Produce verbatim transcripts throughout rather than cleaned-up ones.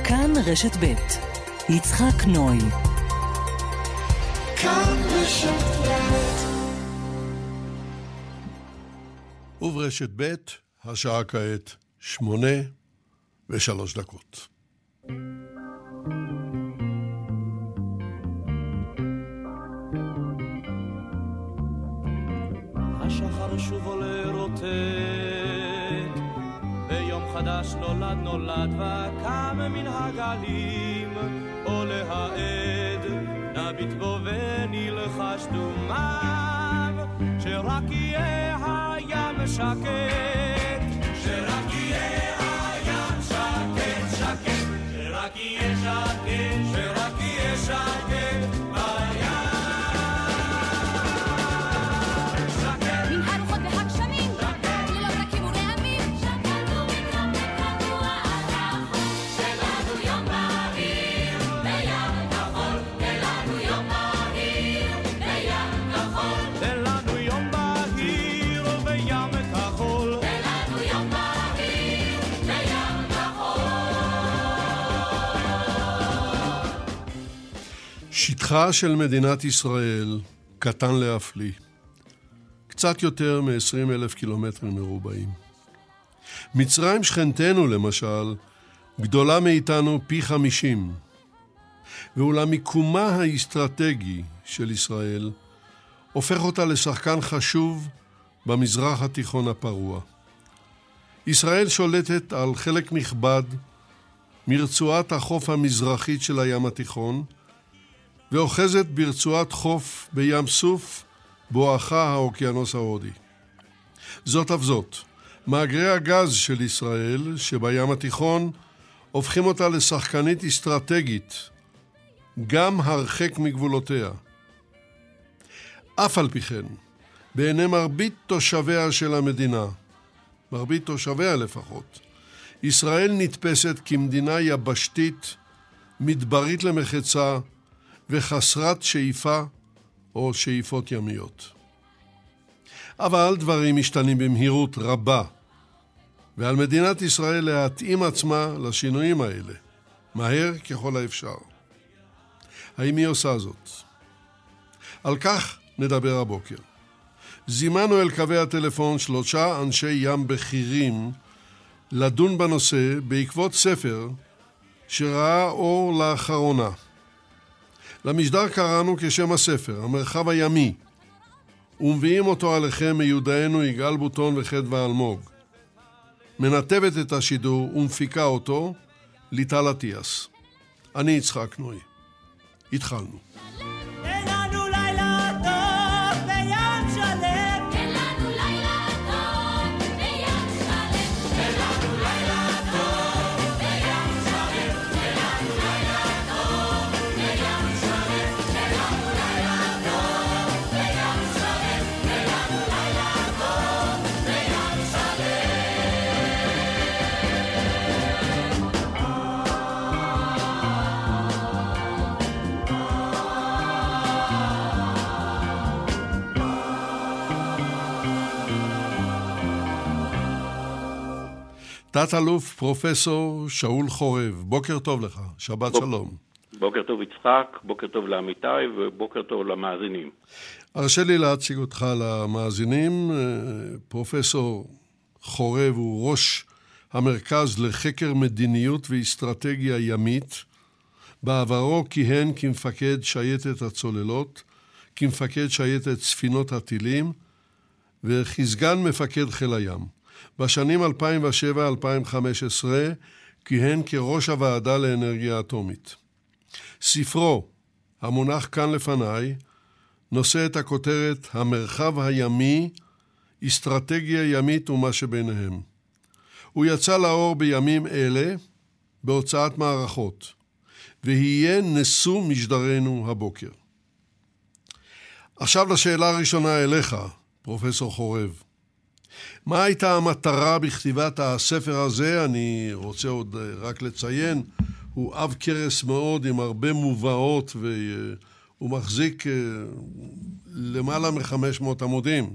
כאן רשת ב' יצחק נוי. כאן רשת ב'. וברשת ב' השעה כעת שמונה ושלוש דקות. השחר שוב עולה רוטט, ביום חדש נולד נולד וקם מן הגלים, עולה העד, נביט בו ונלחש דומיו, שרק יהיה הים שקט, שרק יהיה הים שקט, שקט, שרק יהיה שקט, שרק יהיה שקט בים. שטחה של מדינת ישראל קטן להפליא, קצת יותר מ-עשרים אלף קילומטרים מרובעים. מצרים שכנתנו למשל גדולה מאיתנו פי חמישים, ואולם מיקומה האסטרטגי של ישראל הופך אותה לשחקן חשוב במזרח התיכון הפרוע. ישראל שולטת על חלק נכבד מרצועת החוף המזרחית של הים התיכון, ואוחזת ברצועת חוף בים סוף בואכה האוקיינוס ההודי. זאת אף זאת, מאגרי הגז של ישראל שבים התיכון הופכים אותה לשחקנית אסטרטגית, גם הרחק מגבולותיה. אף על פי כן, בעיני מרבית תושביה של המדינה, מרבית תושביה לפחות, ישראל נתפסת כמדינה יבשתית, מדברית למחצה, וחסרת שאיפה או שאיפות ימיות. אבל דברים משתנים במהירות רבה, ועל מדינת ישראל להתאים עצמה לשינויים האלה, מהר ככל האפשר. האם היא עושה זאת? על כך נדבר הבוקר. זימנו אל קווי הטלפון שלושה אנשי ים בכירים לדון בנושא בעקבות ספר שראה אור לאחרונה. למשדר קראנו כשם הספר, המרחב הימי, ומביאים אותו עליכם מיודענו יגאל בוטון וחדווה אלמוג. מנתבת את השידור ומפיקה אותו ליטל אטיאס. אני יצחק נוי. התחלנו. תת-אלוף פרופסור שאול חורב, בוקר טוב לך, שבת בוק... שלום. בוקר טוב יצחק, בוקר טוב לעמיתיי ובוקר טוב למאזינים. הרשה לי להציג אותך למאזינים. פרופסור חורב הוא ראש המרכז לחקר מדיניות ואסטרטגיה ימית. בעברו כיהן כמפקד שייטת הצוללות, כמפקד שייטת ספינות הטילים וכסגן מפקד חיל הים. בשנים אלפיים ושבע עד אלפיים וחמש עשרה כיהן כראש הוועדה לאנרגיה אטומית. ספרו, המונח כאן לפניי, נושא את הכותרת המרחב הימי, אסטרטגיה ימית ומה שביניהם. הוא יצא לאור בימים אלה בהוצאת מערכות, ויהיה נשוא משדרנו הבוקר. עכשיו לשאלה הראשונה אליך, פרופסור חורב. מה הייתה המטרה בכתיבת הספר הזה? אני רוצה עוד רק לציין, הוא אב קרס מאוד עם הרבה מובאות, והוא מחזיק למעלה מ-חמש מאות עמודים.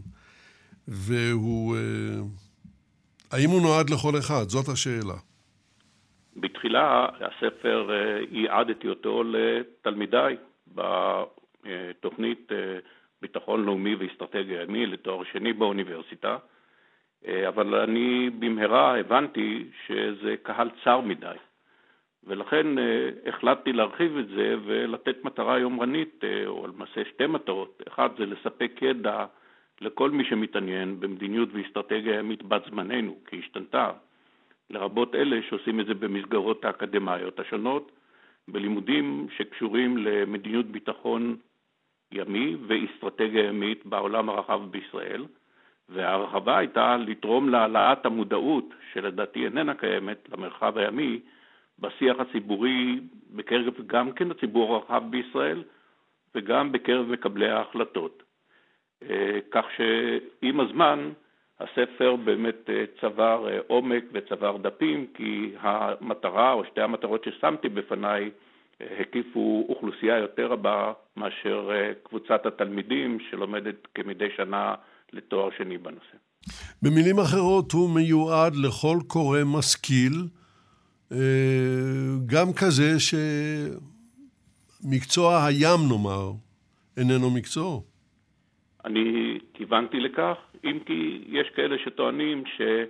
והוא, האם הוא נועד לכל אחד? זאת השאלה. בתחילה הספר, ייעדתי אותו לתלמידיי בתוכנית ביטחון לאומי ואסטרטגיה ימי לתואר שני באוניברסיטה, אבל אני במהרה הבנתי שזה קהל צר מדי, ולכן החלטתי להרחיב את זה ולתת מטרה יומרנית, או למעשה שתי מטרות. אחד זה לספק ידע לכל מי שמתעניין במדיניות ואסטרטגיה ימית בת זמננו, כי השתנתה, לרבות אלה שעושים את זה במסגרות האקדמיות השונות, בלימודים שקשורים למדיניות ביטחון ימי ואסטרטגיה ימית בעולם הרחב בישראל, וההרחבה הייתה לתרום להעלאת המודעות, שלדעתי איננה קיימת, למרחב הימי, בשיח הציבורי, בקרב גם כן הציבור הרחב בישראל, וגם בקרב מקבלי ההחלטות. כך שעם הזמן, הספר באמת צבר עומק וצבר דפים, כי המטרה או שתי המטרות ששמתי בפניי הקיפו אוכלוסייה יותר רבה מאשר קבוצת התלמידים שלומדת כמדי שנה לתואר שני בנושא. במילים אחרות, הוא מיועד לכל קורא משכיל, גם כזה שמקצוע הים, נאמר, איננו מקצוע. אני כיוונתי לכך, אם כי יש כאלה שטוענים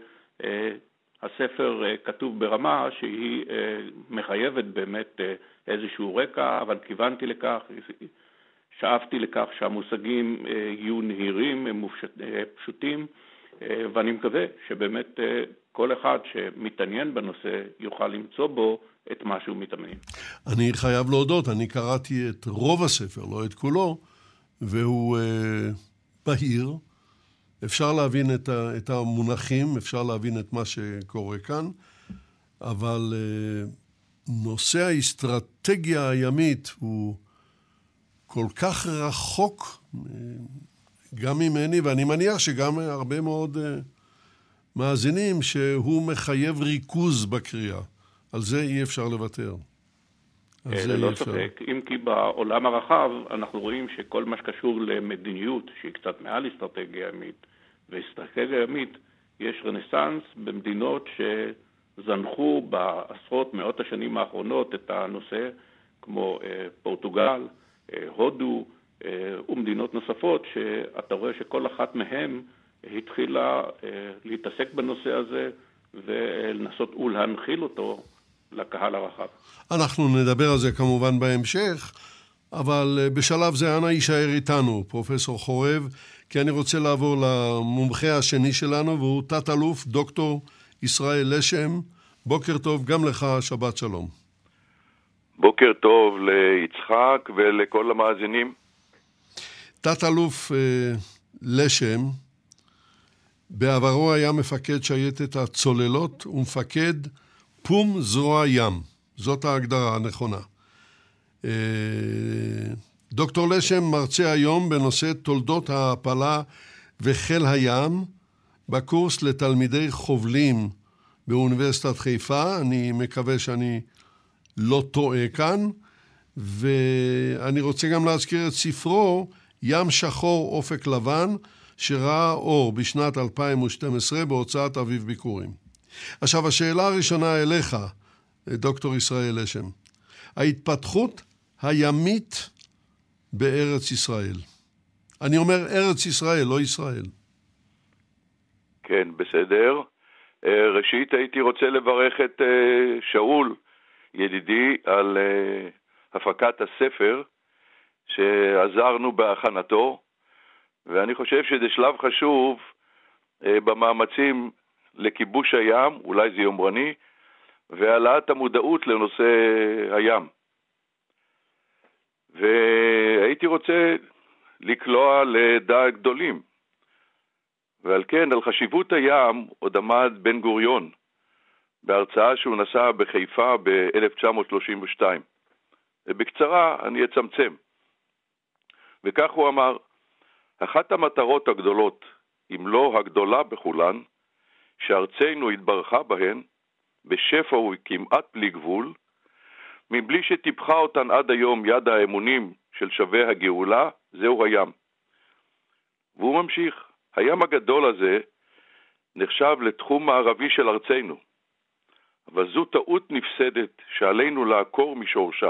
שהספר כתוב ברמה שהיא מחייבת באמת איזשהו רקע, אבל כיוונתי לכך, שאפתי לכך שהמושגים יהיו נהירים, הם פשוטים, ואני מקווה שבאמת כל אחד שמתעניין בנושא יוכל למצוא בו את מה שהוא מתעניין. אני חייב להודות, אני קראתי את רוב הספר, לא את כולו, והוא uh, בהיר. אפשר להבין את, ה, את המונחים, אפשר להבין את מה שקורה כאן, אבל uh, נושא האסטרטגיה הימית הוא כל כך רחוק uh, גם ממני, ואני מניח שגם הרבה מאוד uh, מאזינים, שהוא מחייב ריכוז בקריאה. על זה אי אפשר לוותר. ללא ספק, אם כי בעולם הרחב אנחנו רואים שכל מה שקשור למדיניות, שהיא קצת מעל אסטרטגיה ימית, ואסטרטגיה ימית, יש רנסנס במדינות שזנחו בעשרות מאות השנים האחרונות את הנושא, כמו פורטוגל, הודו ומדינות נוספות, שאתה רואה שכל אחת מהן התחילה להתעסק בנושא הזה ולנסות ולהנחיל אותו לקהל הרחב. אנחנו נדבר על זה כמובן בהמשך, אבל בשלב זה אנא יישאר איתנו, פרופסור חורב, כי אני רוצה לעבור למומחה השני שלנו, והוא תת-אלוף דוקטור ישראל לשם. בוקר טוב גם לך, שבת שלום. בוקר טוב ליצחק ולכל המאזינים. תת-אלוף אה, לשם, בעברו היה מפקד שייטת הצוללות ומפקד פום זרוע ים. זאת ההגדרה הנכונה. דוקטור לשם מרצה היום בנושא תולדות ההעפלה וחיל הים בקורס לתלמידי חובלים באוניברסיטת חיפה. אני מקווה שאני לא טועה כאן, ואני רוצה גם להזכיר את ספרו ים שחור אופק לבן, שראה אור בשנת אלפיים ושתים עשרה בהוצאת אביב ביקורים. עכשיו, השאלה הראשונה אליך, דוקטור ישראל לשם. ההתפתחות הימית בארץ ישראל. אני אומר ארץ ישראל, לא ישראל. כן, בסדר. ראשית, הייתי רוצה לברך את שאול, ידידי, על הפקת הספר שעזרנו בהכנתו, ואני חושב שזה שלב חשוב במאמצים לכיבוש הים, אולי זה יומרני, והעלאת המודעות לנושא הים. והייתי רוצה לקלוע לדעת גדולים. ועל כן, על חשיבות הים עוד עמד בן גוריון, בהרצאה שהוא נשא בחיפה ב-אלף תשע מאות שלושים ושתיים. ובקצרה אני אצמצם. וכך הוא אמר, אחת המטרות הגדולות, אם לא הגדולה בכולן, שארצנו התברכה בהן, בשפע וכמעט בלי גבול, מבלי שטיפחה אותן עד היום יד האמונים של שווה הגאולה, זהו הים. והוא ממשיך, הים הגדול הזה נחשב לתחום מערבי של ארצנו. אבל זו טעות נפסדת שעלינו לעקור משורשה.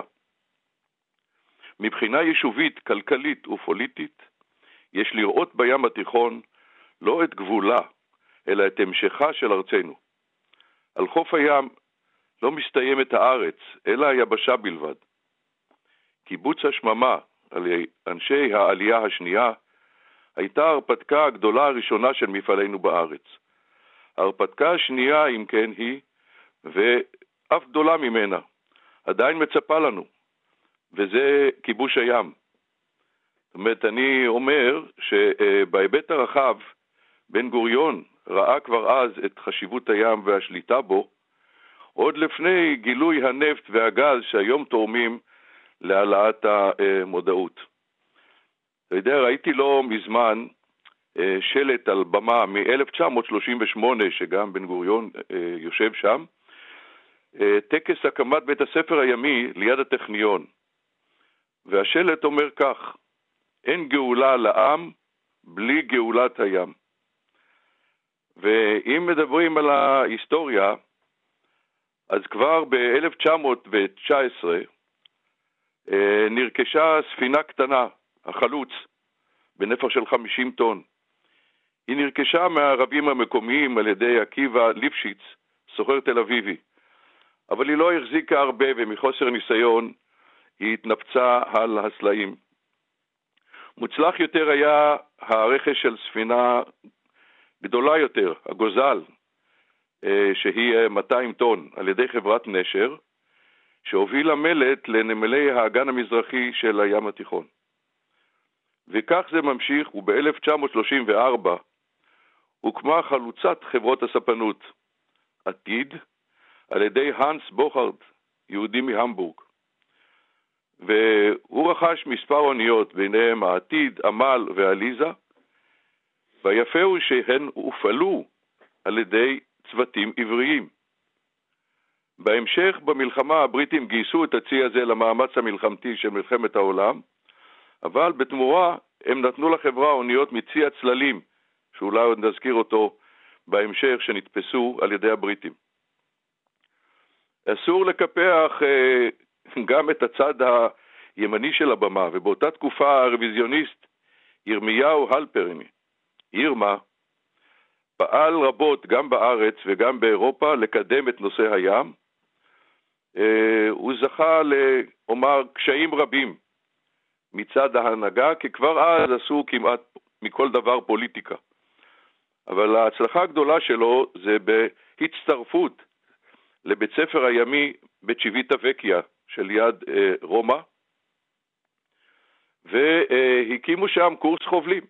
מבחינה יישובית, כלכלית ופוליטית, יש לראות בים התיכון לא את גבולה, אלא את המשכה של ארצנו. על חוף הים לא מסתיימת הארץ, אלא היבשה בלבד. קיבוץ השממה על אנשי העלייה השנייה הייתה ההרפתקה הגדולה הראשונה של מפעלינו בארץ. ההרפתקה השנייה, אם כן, היא, ואף גדולה ממנה, עדיין מצפה לנו, וזה כיבוש הים. זאת אומרת, אני אומר שבהיבט הרחב, בן גוריון ראה כבר אז את חשיבות הים והשליטה בו, עוד לפני גילוי הנפט והגז שהיום תורמים להעלאת המודעות. אתה יודע, ראיתי לו מזמן שלט על במה מ-אלף תשע מאות שלושים ושמונה, שגם בן גוריון יושב שם, טקס הקמת בית הספר הימי ליד הטכניון. והשלט אומר כך: אין גאולה לעם בלי גאולת הים. ואם מדברים על ההיסטוריה, אז כבר ב-אלף תשע מאות תשע עשרה נרכשה ספינה קטנה, החלוץ, בנפח של חמישים טון. היא נרכשה מהערבים המקומיים על ידי עקיבא ליפשיץ, סוחר תל אביבי. אבל היא לא החזיקה הרבה, ומחוסר ניסיון היא התנפצה על הסלעים. מוצלח יותר היה הרכש של ספינה גדולה יותר, הגוזל, שהיא מאתיים טון, על ידי חברת נשר, שהובילה מלט לנמלי האגן המזרחי של הים התיכון. וכך זה ממשיך, וב-אלף תשע מאות שלושים וארבע הוקמה חלוצת חברות הספנות, עתיד, על ידי הנס בוכרד, יהודי מהמבורג. והוא רכש מספר אוניות, ביניהם העתיד, עמל ועליזה, והיפה הוא שהן הופעלו על ידי צוותים עבריים. בהמשך, במלחמה, הבריטים גייסו את הצי הזה למאמץ המלחמתי של מלחמת העולם, אבל בתמורה הם נתנו לחברה אוניות מצי הצללים, שאולי עוד נזכיר אותו בהמשך, שנתפסו על ידי הבריטים. אסור לקפח אה, גם את הצד הימני של הבמה, ובאותה תקופה הרוויזיוניסט ירמיהו הלפרני, ירמה, פעל רבות גם בארץ וגם באירופה לקדם את נושא הים. אה, הוא זכה לאומר קשיים רבים מצד ההנהגה, כי כבר אז עשו כמעט מכל דבר פוליטיקה. אבל ההצלחה הגדולה שלו זה בהצטרפות לבית ספר הימי בצ'יוויטה וקיה של יד אה, רומא, והקימו שם קורס חובלים,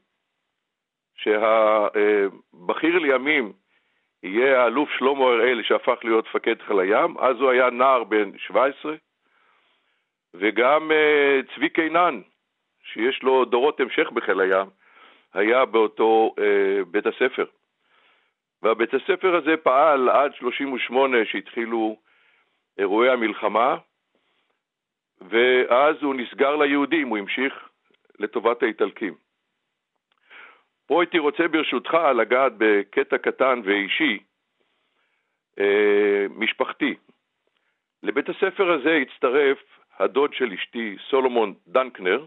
שהבכיר לימים יהיה האלוף שלמה הראל, שהפך להיות מפקד חיל הים. אז הוא היה נער בן שבע עשרה, וגם אה, צבי קינן, שיש לו דורות המשך בחיל הים, היה באותו אה, בית הספר. והבית הספר הזה פעל עד שלושים ושמונה, שהתחילו אירועי המלחמה, ואז הוא נסגר ליהודים, הוא המשיך לטובת האיטלקים. פה הייתי רוצה ברשותך לגעת בקטע קטן ואישי, אה, משפחתי. לבית הספר הזה הצטרף הדוד של אשתי, סולומון דנקנר,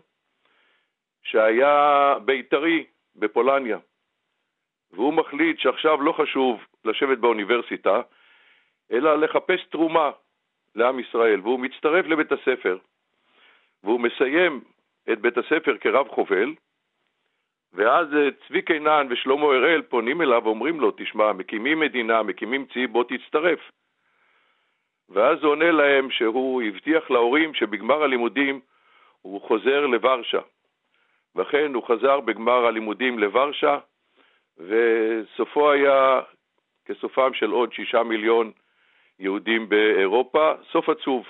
שהיה בית"רי בפולניה. והוא מחליט שעכשיו לא חשוב לשבת באוניברסיטה, אלא לחפש תרומה לעם ישראל. והוא מצטרף לבית הספר, והוא מסיים את בית הספר כרב חובל, ואז צבי קינן ושלמה הראל פונים אליו ואומרים לו, תשמע, מקימים מדינה, מקימים צי, בוא תצטרף. ואז הוא עונה להם שהוא הבטיח להורים שבגמר הלימודים הוא חוזר לוורשה. וכן הוא חזר בגמר הלימודים לוורשה, וסופו היה כסופם של עוד שישה מיליון יהודים באירופה, סוף עצוב.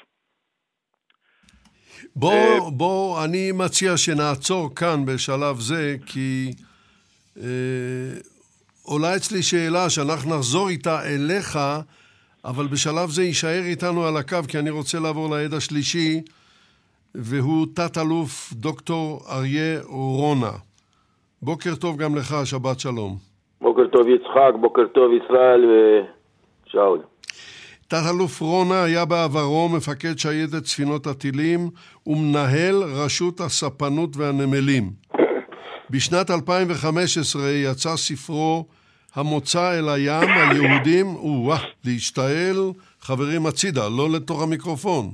בוא, בוא, אני מציע שנעצור כאן בשלב זה, כי אה, עולה אצלי שאלה שאנחנו נחזור איתה אליך, אבל בשלב זה יישאר איתנו על הקו, כי אני רוצה לעבור לעד השלישי, והוא תת-אלוף דוקטור אריה רונה. בוקר טוב גם לך, שבת שלום. בוקר טוב יצחק, בוקר טוב ישראל ושאול. תת-אלוף רונה היה בעברו מפקד שייטת ספינות הטילים ומנהל רשות הספנות והנמלים. בשנת אלפיים וחמש עשרה יצא ספרו המוצא אל הים, היהודים, וואה, להשתעל, חברים הצידה, לא לתוך המיקרופון.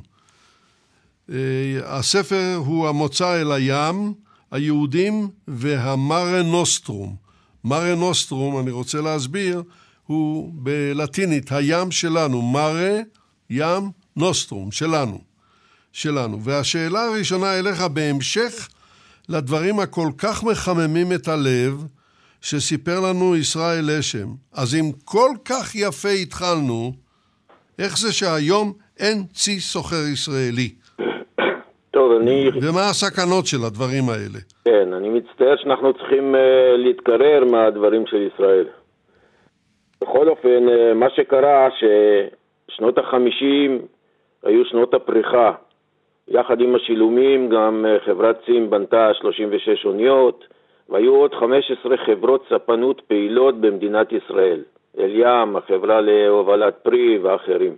הספר הוא המוצא אל הים, היהודים והמארה נוסטרום. מארה נוסטרום, אני רוצה להסביר, הוא בלטינית הים שלנו, מארה, ים, נוסטרום, שלנו. שלנו. והשאלה הראשונה אליך בהמשך לדברים הכל כך מחממים את הלב, שסיפר לנו ישראל אשם. אז אם כל כך יפה התחלנו, איך זה שהיום אין צי סוחר ישראלי? טוב, אני... ומה הסכנות של הדברים האלה? כן, אני מצטער שאנחנו צריכים uh, להתקרר מהדברים של ישראל. בכל אופן, uh, מה שקרה ששנות החמישים היו שנות הפריחה. יחד עם השילומים גם uh, חברת צים בנתה שלושים ושש אוניות, והיו עוד חמש עשרה חברות ספנות פעילות במדינת ישראל. אל ים, החברה להובלת פרי ואחרים.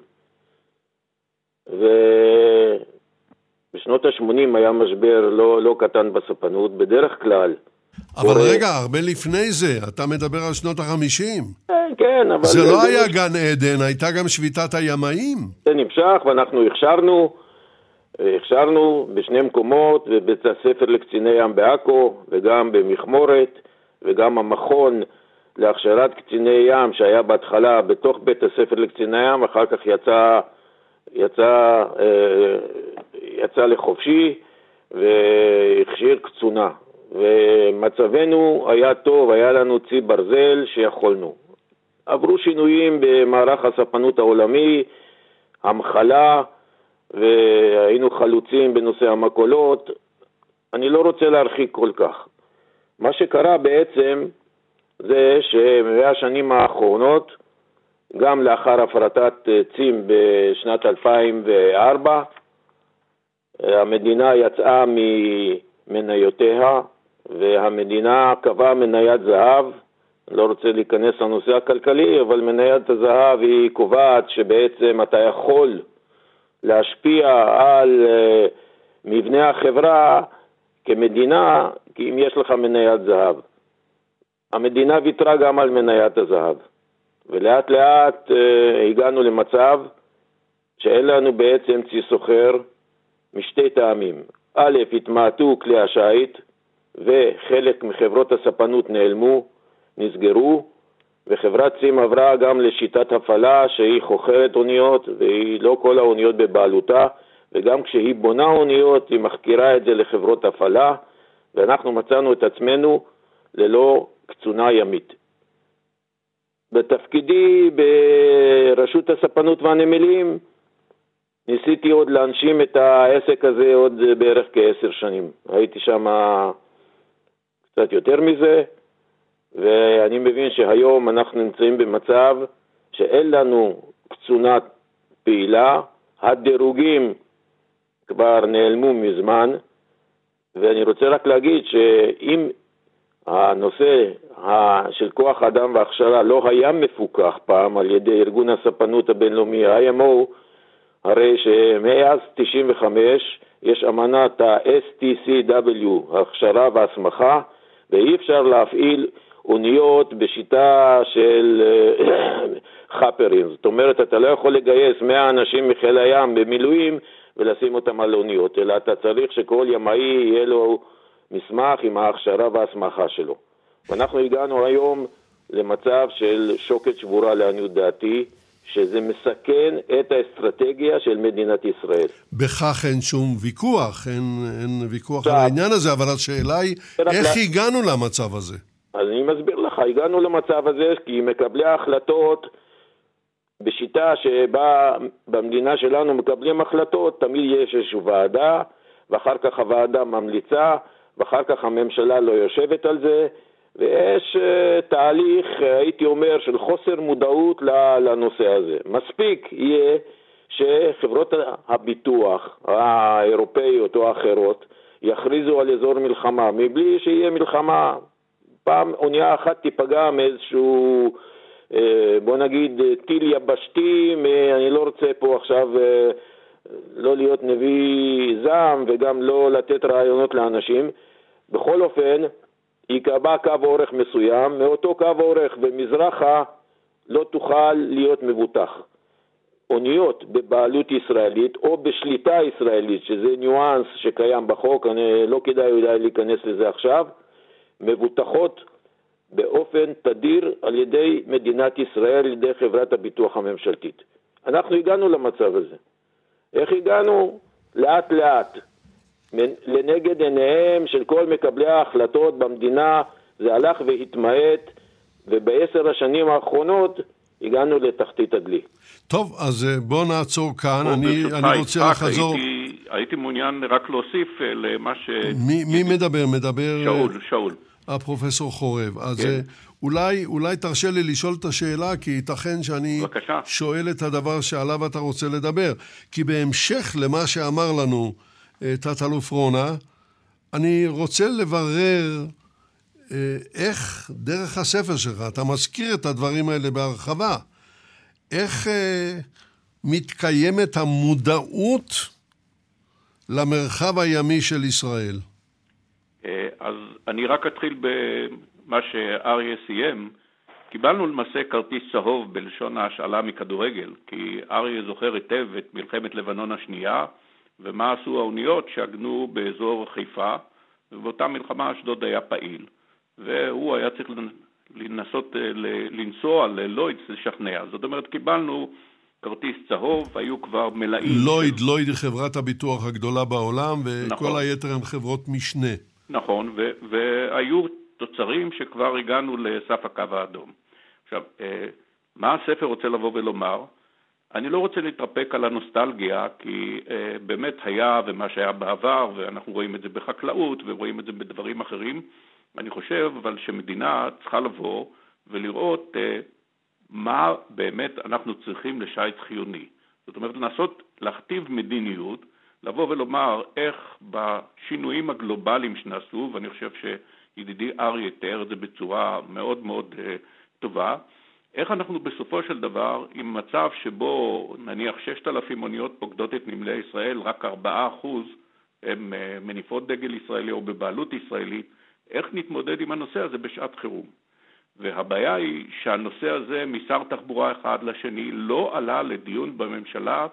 ובשנות ה-שמונים היה משבר לא, לא קטן בספנות, בדרך כלל. אבל קורא... רגע, הרבה לפני זה, אתה מדבר על שנות ה-חמישים. כן, כן, אבל... זה זה לא זה היה נש... גן עדן, הייתה גם שביתת הימאים. זה נמשך, ואנחנו הכשרנו, הכשרנו בשני מקומות, בבית הספר לקציני ים בעכו, וגם במכמורת, וגם המכון להכשרת קציני ים, שהיה בהתחלה בתוך בית הספר לקציני ים, אחר כך יצא, יצא, יצא לחופשי, והכשיר קצונה. ומצבנו היה טוב, היה לנו צי ברזל שיכולנו. עברו שינויים במערך הספנות העולמי, המחלה, והיינו חלוצים בנושא המקולות. אני לא רוצה להרחיק כל כך. מה שקרה בעצם זה שבשנים האחרונות, גם לאחר הפרטת צים בשנת אלפיים וארבע, המדינה יצאה ממניותיה, והמדינה קבעה מניית זהב. אני לא רוצה להיכנס לנושא הכלכלי, אבל מניית הזהב היא קובעת שבעצם אתה יכול להשפיע על מבנה החברה כמדינה, כי אם יש לך מניית זהב. המדינה ויתרה גם על מניית הזהב, ולאט לאט אה, הגענו למצב שאין לנו בעצם צי סוחר משתי טעמים. א', התמעטו כלי השיט, וחלק מחברות הספנות נעלמו, נסגרו, וחברת צים עברה גם לשיטת הפעלה שהיא חוכרת אוניות, והיא לא כל האוניות בבעלותה, וגם כשהיא בונה אוניות היא מחכירה את זה לחברות הפעלה, ואנחנו מצאנו את עצמנו ללא קצונה ימית. בתפקידי ברשות הספנות והנמלים ניסיתי עוד להנשים את העסק הזה עוד בערך כעשר שנים. הייתי שם קצת יותר מזה, ואני מבין שהיום אנחנו נמצאים במצב שאין לנו קצונה פעילה, הדירוגים כבר נעלמו מזמן, ואני רוצה רק להגיד שאם הנושא של כוח אדם והכשרה לא היה מפוקח פעם על ידי ארגון הספנות הבינלאומי, ה-איי אם או, הרי שמאז תשעים וחמש יש אמנת ה-אס טי סי דאבליו, הכשרה והסמכה, ואי אפשר להפעיל אוניות בשיטה של חפרים. זאת אומרת, אתה לא יכול לגייס מאה אנשים מחיל הים במילואים ולשים אותם על אוניות, אלא אתה צריך שכל ימאי יהיה לו מסמך עם ההכשרה וההסמכה שלו. ואנחנו הגענו היום למצב של שוקת שבורה לעניות דעתי, שזה מסכן את האסטרטגיה של מדינת ישראל. בכך אין שום ויכוח, אין, אין ויכוח על העניין הזה, אבל השאלה היא, איך הגענו למצב הזה? אז אני מסביר לך, הגענו למצב הזה כי מקבלי ההחלטות, בשיטה שבה במדינה שלנו מקבלים החלטות, תמיד יש איזושהי ועדה, ואחר כך הוועדה ממליצה, ואחר כך הממשלה לא יושבת על זה, ויש uh, תהליך, הייתי אומר, של חוסר מודעות לנושא הזה. מספיק יהיה שחברות הביטוח האירופאיות או האחרות יכריזו על אזור מלחמה, מבלי שיהיה מלחמה. פעם אונייה אחת תיפגע מאיזשהו בוא נגיד טיל יבשתי, אני לא רוצה פה עכשיו לא להיות נביא זעם וגם לא לתת רעיונות לאנשים. בכל אופן, יקבע קו אורך מסוים, מאותו קו אורך ומזרחה לא תוכל להיות מבוטח. אוניות בבעלות ישראלית או בשליטה ישראלית, שזה ניואנס שקיים בחוק, אני לא כדאי אולי להיכנס לזה עכשיו, מבוטחות באופן תדיר על ידי מדינת ישראל, על ידי חברת הביטוח הממשלתית. אנחנו הגענו למצב הזה. איך הגענו? לאט לאט. לנגד עיניהם של כל מקבלי ההחלטות במדינה, זה הלך והתמעט, ובעשר השנים האחרונות הגענו לתחתית הדלי. טוב, אז בוא נעצור כאן. אני, אני רוצה לחזור... הייתי, הייתי מעוניין רק להוסיף למה ש... מי, מי מדבר? מדבר... שאול, שאול. הפרופסור חורב. אז כן. אולי, אולי תרשה לי לשאול את השאלה, כי ייתכן שאני בבקשה. שואל את הדבר שעליו אתה רוצה לדבר. כי בהמשך למה שאמר לנו תת-אלוף רונה, אני רוצה לברר איך דרך הספר שלך, אתה מזכיר את הדברים האלה בהרחבה, איך אה, מתקיימת המודעות למרחב הימי של ישראל? אז אני רק אתחיל במה שאריה סיים. קיבלנו למעשה כרטיס צהוב בלשון ההשאלה מכדורגל, כי אריה זוכר היטב את מלחמת לבנון השנייה, ומה עשו האוניות שעגנו באזור חיפה, ובאותה מלחמה אשדוד היה פעיל. והוא היה צריך לנסות לנסוע ללויד לשכנע. זאת אומרת, קיבלנו כרטיס צהוב, היו כבר מלאים. לויד, של... לויד היא חברת הביטוח הגדולה בעולם, וכל נכון. היתר הם חברות משנה. נכון, ו- והיו תוצרים שכבר הגענו לסף הקו האדום. עכשיו, מה הספר רוצה לבוא ולומר? אני לא רוצה להתרפק על הנוסטלגיה, כי אה, באמת היה ומה שהיה בעבר, ואנחנו רואים את זה בחקלאות, ורואים את זה בדברים אחרים. אני חושב אבל שמדינה צריכה לבוא ולראות אה, מה באמת אנחנו צריכים לשייט חיוני. זאת אומרת, לנסות להכתיב מדיניות, לבוא ולומר איך בשינויים הגלובליים שנעשו, ואני חושב שידידי אריה תיאר את זה בצורה מאוד מאוד אה, טובה, איך אנחנו בסופו של דבר, עם מצב שבו נניח ששת אלפים אוניות פוקדות את נמלי ישראל, רק ארבעה אחוז הם מניפות דגל ישראלי או בבעלות ישראלית, איך נתמודד עם הנושא הזה בשעת חירום? והבעיה היא שהנושא הזה משר תחבורה אחד לשני לא עלה לדיון בממשלה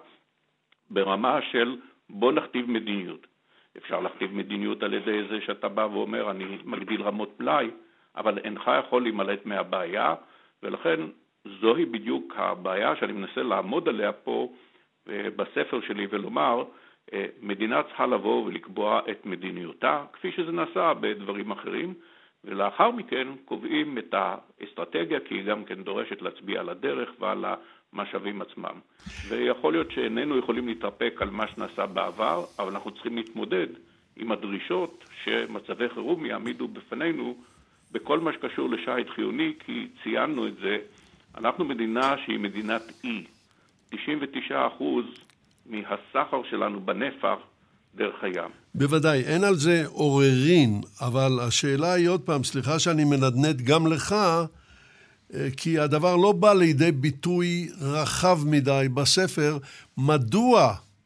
ברמה של בוא נכתיב מדיניות. אפשר להכתיב מדיניות על ידי זה שאתה בא ואומר אני מגדיל רמות פלאי, אבל אינך יכול להימלט מהבעיה, ולכן זוהי בדיוק הבעיה שאני מנסה לעמוד עליה פה בספר שלי ולומר, מדינה צריכה לבוא ולקבוע את מדיניותה, כפי שזה נעשה בדברים אחרים, ולאחר מכן קובעים את האסטרטגיה, כי היא גם כן דורשת להצביע על הדרך ועל המשאבים עצמם. ויכול להיות שאיננו יכולים להתרפק על מה שנעשה בעבר, אבל אנחנו צריכים להתמודד עם הדרישות שמצבי חירום יעמידו בפנינו, בכל מה שקשור לשייט חיוני, כי ציינו את זה, אנחנו מדינה שהיא מדינת אי. תשעים ותשעה אחוז מהסחר שלנו בנפח דרך הים. בוודאי, אין על זה עוררין, אבל השאלה היא עוד פעם, סליחה שאני מנדנד גם לך, כי הדבר לא בא לידי ביטוי רחב מדי בספר, מדוע,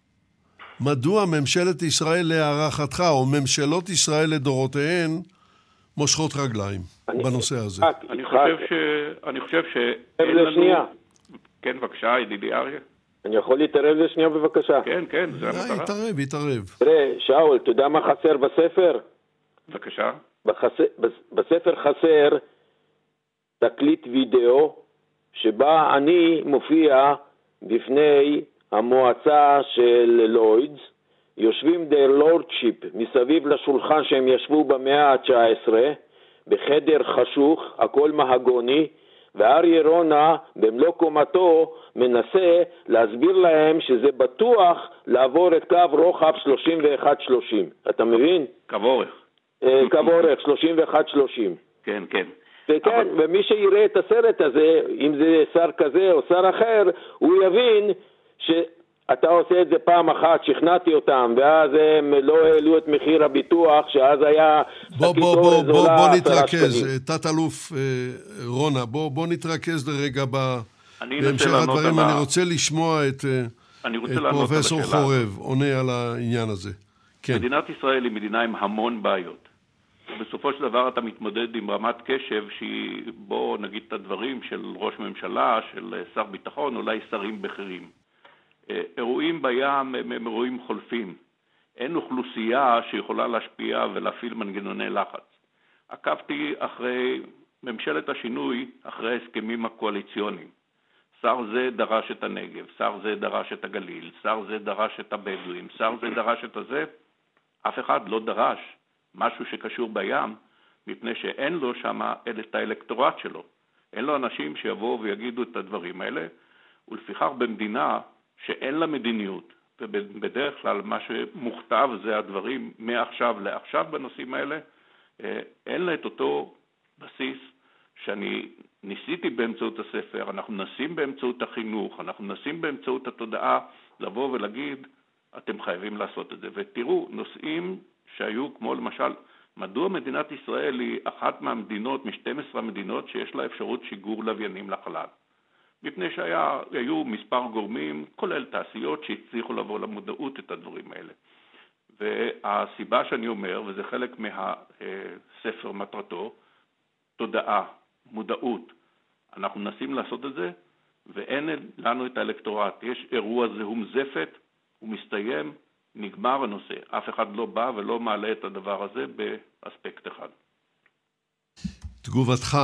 מדוע ממשלת ישראל להערכתך, או ממשלות ישראל לדורותיהן, מושכות רגליים אני, בנושא הזה. אני חושב ש... אני חושב ש... אין לנו... כן, בבקשה, ידידי אריה. אני יכול להתערב לשנייה בבקשה? כן, כן, זה המטרה. יתערב, יתערב. תראה, שאול, אתה יודע מה חסר בספר? בבקשה. בחס... בספר חסר תקליט וידאו, שבה אני מופיע בפני המועצה של לוידס, יושבים דר לורדשיפ מסביב לשולחן שהם ישבו במאה ה-תשע עשרה, בחדר חשוך, הכל מהגוני, ואריה רונה במלוא קומתו מנסה להסביר להם שזה בטוח לעבור את קו רוחב שלושים ואחת שלושים. אתה מבין? קו אורך. קו אורך, שלושים ואחת שלושים. כן, כן. וכן, אבל... ומי שיראה את הסרט הזה, אם זה שר כזה או שר אחר, הוא יבין ש... אתה עושה את זה פעם אחת, שכנעתי אותם, ואז הם לא העלו את מחיר הביטוח, שאז היה... בוא, בוא, בוא, בוא, בוא נתרכז, תת-אלוף רונה, בוא, בוא נתרכז לרגע בהמשך הדברים. אני רוצה לשמוע את, את פרופסור חורב, עונה על העניין הזה. כן. מדינת ישראל היא מדינה עם המון בעיות. בסופו של דבר אתה מתמודד עם רמת קשב שהיא, בוא נגיד את הדברים של ראש ממשלה, של שר ביטחון, אולי שרים בכירים. אירועים בים הם אירועים חולפים. אין אוכלוסייה שיכולה להשפיע ולהפעיל מנגנוני לחץ. עקבתי אחרי ממשלת השינוי, אחרי ההסכמים הקואליציוניים. שר זה דרש את הנגב, שר זה דרש את הגליל, שר זה דרש את הבדואים, שר זה דרש את הזה. אף אחד לא דרש משהו שקשור בים, מפני שאין לו שם את האלקטורט שלו. אין לו אנשים שיבואו ויגידו את הדברים האלה, ולפיכך במדינה שאין לה מדיניות, ובדרך כלל מה שמוכתב זה הדברים מעכשיו לעכשיו בנושאים האלה, אין לה את אותו בסיס שאני ניסיתי באמצעות הספר, אנחנו נשים באמצעות החינוך, אנחנו נשים באמצעות התודעה, לבוא ולהגיד, אתם חייבים לעשות את זה. ותראו, נושאים שהיו כמו למשל, מדוע מדינת ישראל היא אחת מהמדינות, מ-שתים עשרה המדינות שיש לה אפשרות שיגור לוויינים לחלל. מפני שהיו מספר גורמים, כולל תעשיות, שהצליחו לבוא למודעות את הדברים האלה. והסיבה שאני אומר, וזה חלק מהספר מטרתו, תודעה, מודעות. אנחנו מנסים לעשות את זה, ואין לנו את האלקטורט. יש אירוע זהום זפת, הוא מסתיים, נגמר הנושא. אף אחד לא בא ולא מעלה את הדבר הזה באספקט אחד. תגובתך.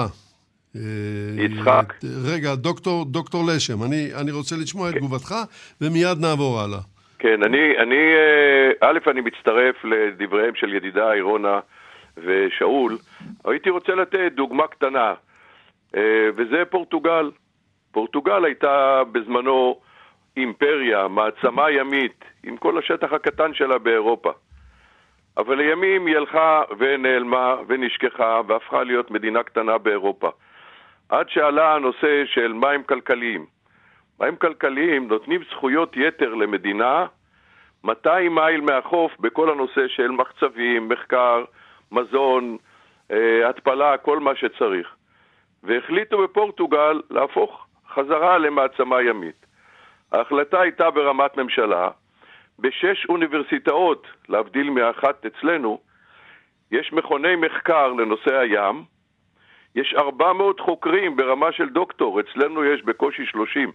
יצחק. רגע, דוקטור, דוקטור לשם, אני, אני רוצה לשמוע את תגובתך, ומיד נעבור הלאה. כן, אני, אני, א', אני מצטרף לדבריהם של ידידיי רונה ושאול. הייתי רוצה לתת דוגמה קטנה, וזה פורטוגל. פורטוגל הייתה בזמנו אימפריה, מעצמה ימית, עם כל השטח הקטן שלה באירופה. אבל לימים היא הלכה ונעלמה ונשכחה והפכה להיות מדינה קטנה באירופה. עד שעלה הנושא של מים כלכליים. מים כלכליים נותנים זכויות יתר למדינה, מאתיים מייל מהחוף בכל הנושא של מחצבים, מחקר, מזון, התפלה, כל מה שצריך. והחליטו בפורטוגל להפוך חזרה למעצמה ימית. ההחלטה הייתה ברמת ממשלה, בשש אוניברסיטאות, להבדיל מאחת אצלנו, יש מכוני מחקר לנושא הים, יש ארבע מאות חוקרים ברמה של דוקטור, אצלנו יש בקושי שלושים.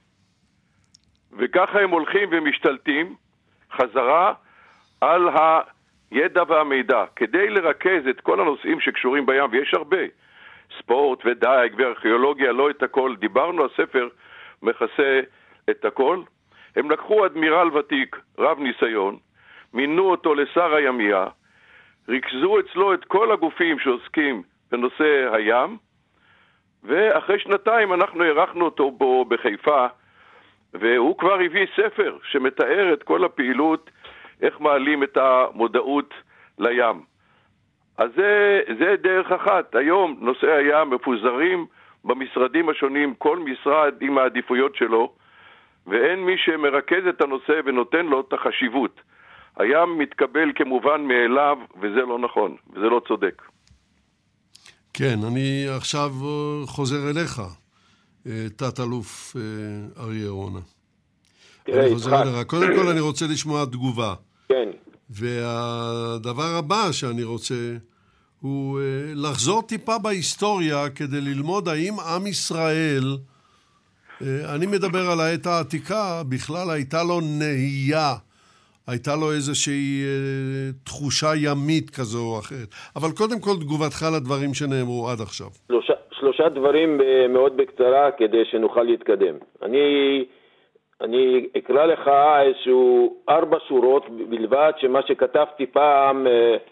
וככה הם הולכים ומשתלטים חזרה על הידע והמידע, כדי לרכז את כל הנושאים שקשורים בים, ויש הרבה, ספורט ודייג וארכיאולוגיה, לא את הכל, דיברנו, הספר מכסה את הכל. הם לקחו אדמירל ותיק, רב ניסיון, מינו אותו לשר הימייה, ריכזו אצלו את כל הגופים שעוסקים בנושא הים, ואחרי שנתיים אנחנו ערכנו אותו בו בחיפה, והוא כבר הביא ספר שמתאר את כל הפעילות, איך מעלים את המודעות לים. אז זה, זה דרך אחת. היום נושאי הים מפוזרים במשרדים השונים, כל משרד עם העדיפויות שלו, ואין מי שמרכז את הנושא ונותן לו את החשיבות. הים מתקבל כמובן מאליו, וזה לא נכון, וזה לא צודק. כן, אני עכשיו חוזר אליך, תת-אלוף אריה רונה. אני חוזר אליך. קודם כל אני רוצה לשמוע תגובה. כן. והדבר הבא שאני רוצה הוא לחזור טיפה בהיסטוריה כדי ללמוד האם עם ישראל, אני מדבר על העת העתיקה, בכלל הייתה לו נהייה, הייתה לו איזושהי תחושה ימית כזו או אחרת. אבל קודם כל תגובתך לדברים שנאמרו עד עכשיו. שלושה, שלושה דברים מאוד בקצרה כדי שנוכל להתקדם. אני, אני אקרא לך איזשהו ארבע שורות בלבד, שמה שכתבתי פעם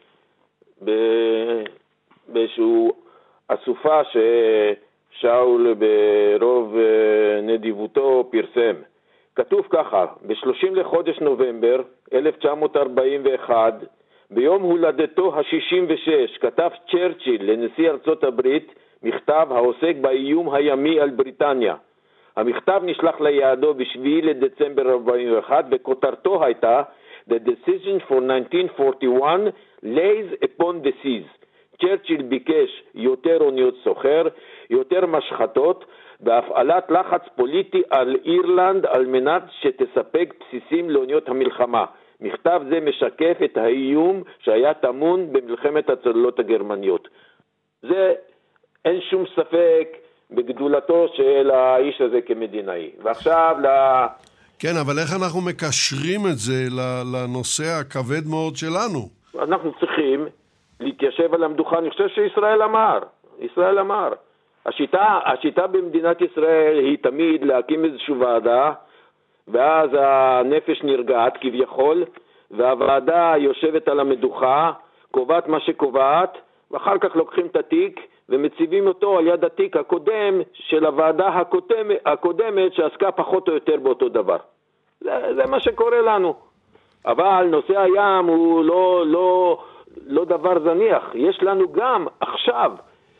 באיזשהו אסופה ששאול ברוב נדיבותו פרסם. כתוב ככה, ב-שלושים לחודש נובמבר אלף תשע מאות ארבעים ואחת, ביום הולדתו ה-שישים ושש, כתב צ'רצ'יל לנשיא ארצות הברית מכתב העוסק באיום הימי על בריטניה. המכתב נשלח ליעדו בשביעי לדצמבר ארבעים ואחת, וכותרתו הייתה The decision for nineteen forty-one lays upon the seas. צ'רצ'יל ביקש יותר אוניות סוחר, יותר משחטות, בהפעלת לחץ פוליטי על אירלנד על מנת שתספק בסיסים לאוניות המלחמה. מכתב זה משקף את האיום שהיה טמון במלחמת הצוללות הגרמניות. זה אין שום ספק בגדולתו של האיש הזה כמדינאי. ועכשיו ל... כן, אבל איך אנחנו מקשרים את זה לנושא הכבד מאוד שלנו? אנחנו צריכים להתיישב על המדוכה. אני חושב שישראל אמר, ישראל אמר. השיטה, השיטה במדינת ישראל היא תמיד להקים איזושהי ועדה, ואז הנפש נרגעת כביכול, והוועדה יושבת על המדוכה, קובעת מה שקובעת, ואחר כך לוקחים את התיק ומציבים אותו על יד התיק הקודם של הוועדה הקודמת, הקודמת שעסקה פחות או יותר באותו דבר. זה, זה מה שקורה לנו. אבל נושא הים הוא לא, לא, לא דבר זניח. יש לנו גם עכשיו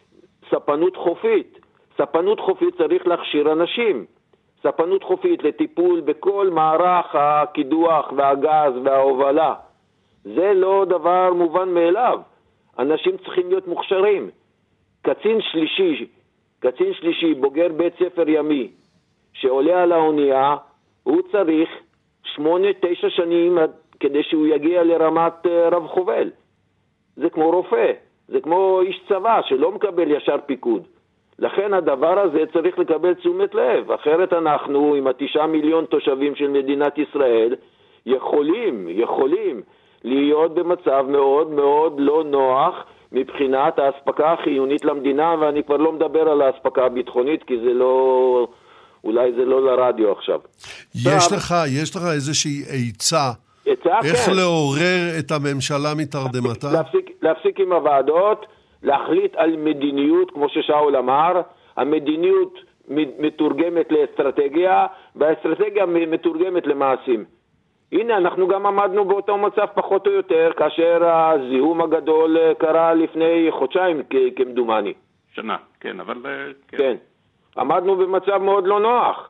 ספנות חופית. ספנות חופית צריך להכשיר אנשים. ספנות חופית לטיפול בכל מערך הקידוח והגז וההובלה. זה לא דבר מובן מאליו. אנשים צריכים להיות מוכשרים. קצין שלישי, קצין שלישי, בוגר בית ספר ימי, שעולה על האונייה, הוא צריך שמונה, תשע שנים כדי שהוא יגיע לרמת רב חובל. זה כמו רופא, זה כמו איש צבא שלא מקבל ישר פיקוד. לכן הדבר הזה צריך לקבל תשומת לב, אחרת אנחנו עם התשעה מיליון תושבים של מדינת ישראל יכולים, יכולים להיות במצב מאוד מאוד לא נוח מבחינת ההספקה החיונית למדינה, ואני כבר לא מדבר על ההספקה הביטחונית כי זה לא, אולי זה לא לרדיו עכשיו. יש עכשיו, לך, יש לך איזושהי עצה, עצה איך כן. לעורר את הממשלה מתרדמתה? להפסיק, להפסיק עם הוועדות, להחליט על מדיניות, כמו ששאול אמר, המדיניות מתורגמת לאסטרטגיה, והאסטרטגיה מתורגמת למעשים. הנה, אנחנו גם עמדנו באותו מצב פחות או יותר, כאשר הזיהום הגדול קרה לפני חודשיים כמדומני. שנה, כן, אבל... כן. כן. עמדנו במצב מאוד לא נוח.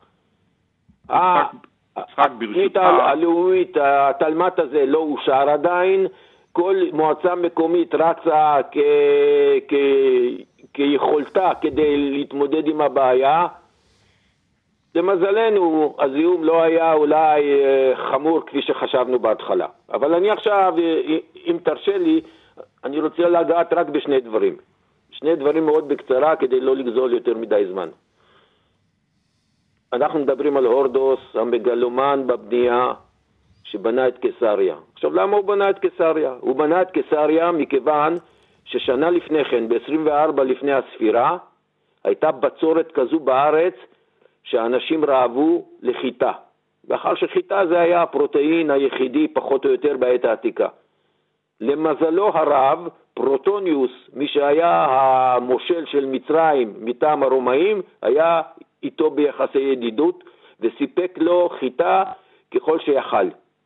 התוכנית הלאומית, התלמ"ת הזה לא אושר עדיין, כל מועצה מקומית רצה כ... כ... כיכולתה כדי להתמודד עם הבעיה. למזלנו, הזיהום לא היה אולי חמור כפי שחשבנו בהתחלה. אבל אני עכשיו, אם תרשה לי, אני רוצה לגעת רק בשני דברים. שני דברים מאוד בקצרה כדי לא לגזול יותר מדי זמן. אנחנו מדברים על הורדוס, המגלומן בבנייה שבנה את קיסריה. עכשיו, למה הוא בנה את קיסריה? הוא בנה את קיסריה מכיוון ששנה לפני כן, ב-עשרים וארבע לפני הספירה, הייתה בצורת כזו בארץ שאנשים רעבו לחיטה. ואחר שחיטה זה היה הפרוטאין היחידי פחות או יותר בעת העתיקה. למזלו הרב, פרוטוניוס, מי שהיה המושל של מצרים מטעם הרומאים, היה איתו ביחסי ידידות וסיפק לו חיטה ככל שיכל.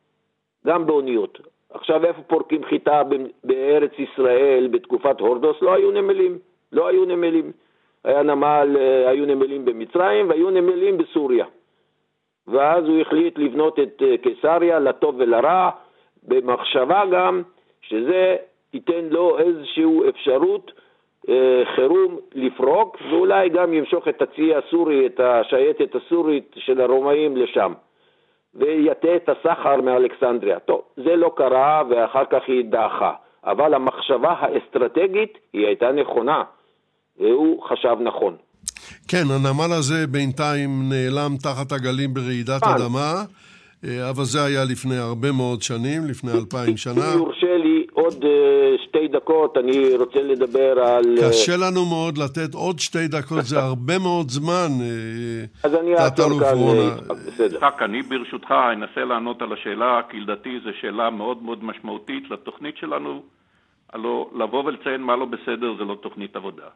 גם באוניות. עכשיו איפה פורקים חיטה בארץ ישראל בתקופת הורדוס? לא היו נמלים. לא היו נמלים. היה נמל, היו נמלים במצרים והיו נמלים בסוריה. ואז הוא החליט לבנות את קיסריה לטוב ולרע, במחשבה גם שזה ייתן לו איזושהי אפשרות אה, חירום לפרוק, ואולי גם ימשוך את הצי הסורי, את השייטת הסורית של הרומאים לשם. ויתה את הסחר מאלכסנדריה. טוב, זה לא קרה ואחר כך היא דעכה. אבל המחשבה האסטרטגית היא הייתה נכונה, והוא חשב נכון. כן, הנמל הזה בינתיים נעלם תחת הגלים ברעידת אדמה, אבל זה היה לפני הרבה מאוד שנים, לפני אלפיים שנה. אם יורשה לי עוד שתי דקות, אני רוצה לדבר על... קשה לנו מאוד לתת עוד שתי דקות, זה הרבה מאוד זמן. אז אני אעצור כאן, בסדר. רק אני ברשותך אנסה לענות על השאלה, כי לדעתי זו שאלה מאוד מאוד משמעותית לתוכנית שלנו, הלא לבוא ולציין מה לא בסדר זה לא תוכנית עבודה.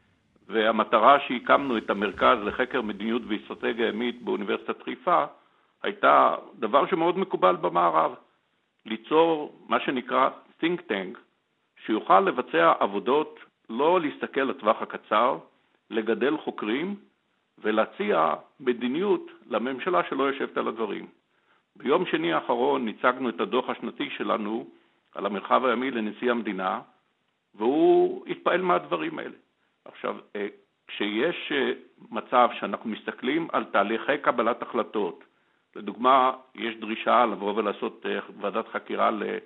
והמטרה שהקמנו את המרכז לחקר מדיניות ואסטרטגיה ימית באוניברסיטת חיפה, הייתה דבר שמאוד מקובל במערב, ליצור מה שנקרא think tank, שיוכל לבצע עבודות, לא להסתכל לטווח הקצר, לגדל חוקרים ולהציע מדיניות לממשלה שלא יושבת על הדברים. ביום שני האחרון ניצגנו את הדוח השנתי שלנו על המרחב הימי לנשיא המדינה, והוא התפעל מהדברים האלה. עכשיו, כשיש מצב שאנחנו מסתכלים על תהליכי קבלת החלטות, לדוגמה, יש דרישה לבוא ולעשות ועדת חקירה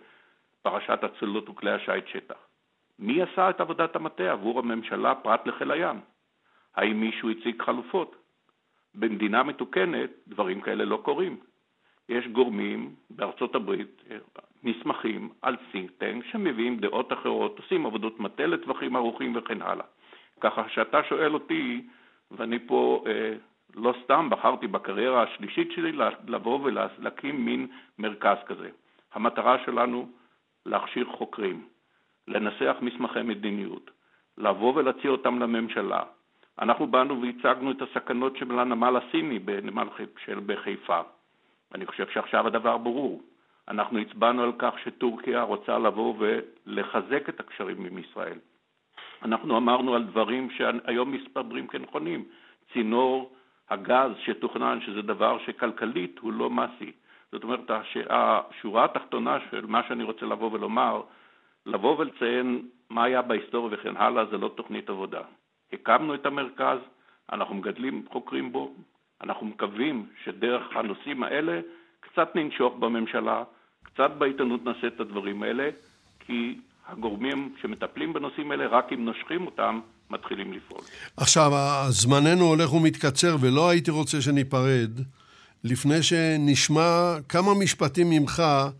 לפרשת הצוללות וכלי השיט שטח. מי עשה את עבודת המטה עבור הממשלה פרט לחיל הים? האם מישהו הציג חלופות? במדינה מתוקנת דברים כאלה לא קורים. יש גורמים בארצות הברית נסמכים על think tank שמביאים דעות אחרות, עושים עבודות מטה לטווחים ארוכים וכן הלאה. ככה שאתה שואל אותי, ואני פה אה, לא סתם בחרתי בקריירה השלישית שלי לבוא ולהקים מין מרכז כזה. המטרה שלנו להכשיר חוקרים, לנסח מסמכי מדיניות, לבוא ולהציע אותם לממשלה. אנחנו באנו והצגנו את הסכנות של הנמל הסיני בנמל של בחיפה. אני חושב שעכשיו הדבר ברור. אנחנו הצבענו על כך שטורקיה רוצה לבוא ולחזק את הקשרים עם ישראל. אנחנו אמרנו על דברים שהיום מסתברים כנכונים. צינור הגז שתוכנן, שזה דבר שכלכלית הוא לא מעשי. זאת אומרת, השורה התחתונה של מה שאני רוצה לבוא ולומר, לבוא ולציין מה היה בהיסטוריה וכן הלאה, זה לא תוכנית עבודה. הקמנו את המרכז, אנחנו מגדלים חוקרים בו, אנחנו מקווים שדרך הנושאים האלה קצת ננשוך בממשלה, קצת בעיתונות נעשה את הדברים האלה, כי הגורמים שמטפלים בנושאים האלה, רק אם נושכים אותם, מתחילים לפעול. עכשיו, זמננו הולך ומתקצר, ולא הייתי רוצה שניפרד, לפני שנשמע כמה משפטים ממך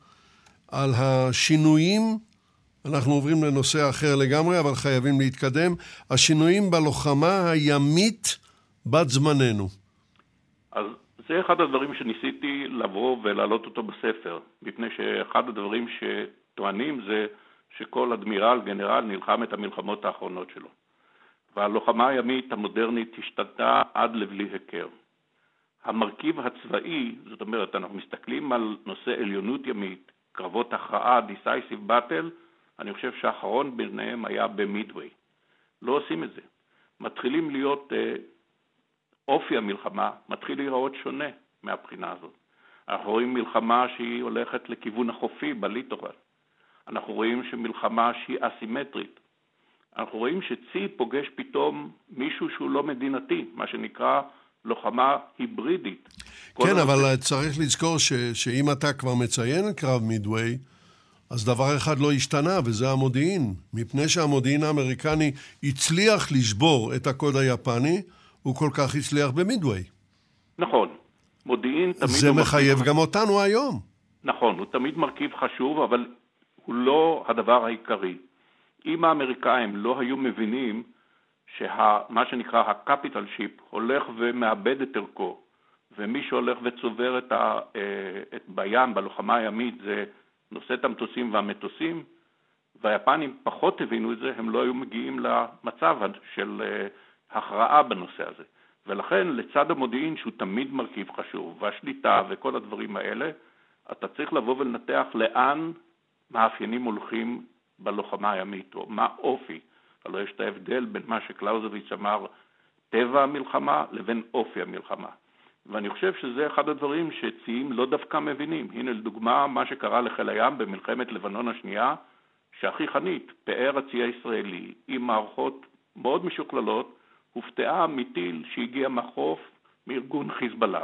על השינויים, אנחנו עוברים לנושא אחר לגמרי, אבל חייבים להתקדם, השינויים בלוחמה הימית בת זמננו. אז זה אחד הדברים שניסיתי לבוא ולהעלות אותו בספר, מפני שאחד הדברים שטוענים זה שכל אדמירל, גנרל, נלחם את המלחמות האחרונות שלו. והלוחמה הימית המודרנית השתנתה עד לבלי הכר. המרכיב הצבאי, זאת אומרת, אנחנו מסתכלים על נושא עליונות ימית, קרבות הכרעה, decisive battle, אני חושב שהאחרון ביניהם היה במידווי. לא עושים את זה. מתחילים להיות, אה, אופי המלחמה מתחיל להיראות שונה מהבחינה הזאת. אנחנו רואים מלחמה שהיא הולכת לכיוון החופי בליטורל. אנחנו רואים שמלחמה שהיא אסימטרית. אנחנו רואים שצי פוגש פתאום מישהו שהוא לא מדינתי, מה שנקרא לוחמה היברידית. כן, אבל זה... צריך לזכור ש... שאם אתה כבר מציין קרב מידווי, אז דבר אחד לא השתנה, וזה המודיעין. מפני שהמודיעין האמריקני הצליח לשבור את הקוד היפני, הוא כל כך הצליח במידווי. נכון. מודיעין תמיד... זה מחייב גם אותנו היום. נכון, הוא תמיד מרכיב חשוב, אבל הוא לא הדבר העיקרי. אם האמריקאים לא היו מבינים שמה שנקרא הקפיטל שיפ הולך ומאבד את ערכו, ומי שהולך וצובר את, ה, את בים, בלוחמה הימית, זה נושא את המטוסים והמטוסים, והיפנים פחות הבינו את זה, הם לא היו מגיעים למצב של הכרעה בנושא הזה. ולכן לצד המודיעין שהוא תמיד מרכיב חשוב, והשליטה וכל הדברים האלה, אתה צריך לבוא ולנתח לאן מאפיינים הולכים בלוחמה הימית, או מה אופי. הלוא יש את ההבדל בין מה שקלאוזביץ' אמר, טבע המלחמה לבין אופי המלחמה. ואני חושב שזה אחד הדברים שציים לא דווקא מבינים. הנה לדוגמה מה שקרה לחיל הים במלחמת לבנון השנייה, שהכי חנית, פאר הצי הישראלי, עם מערכות מאוד משוכללות, הופתעה מטיל שהגיע מחוף מארגון חיזבאללה.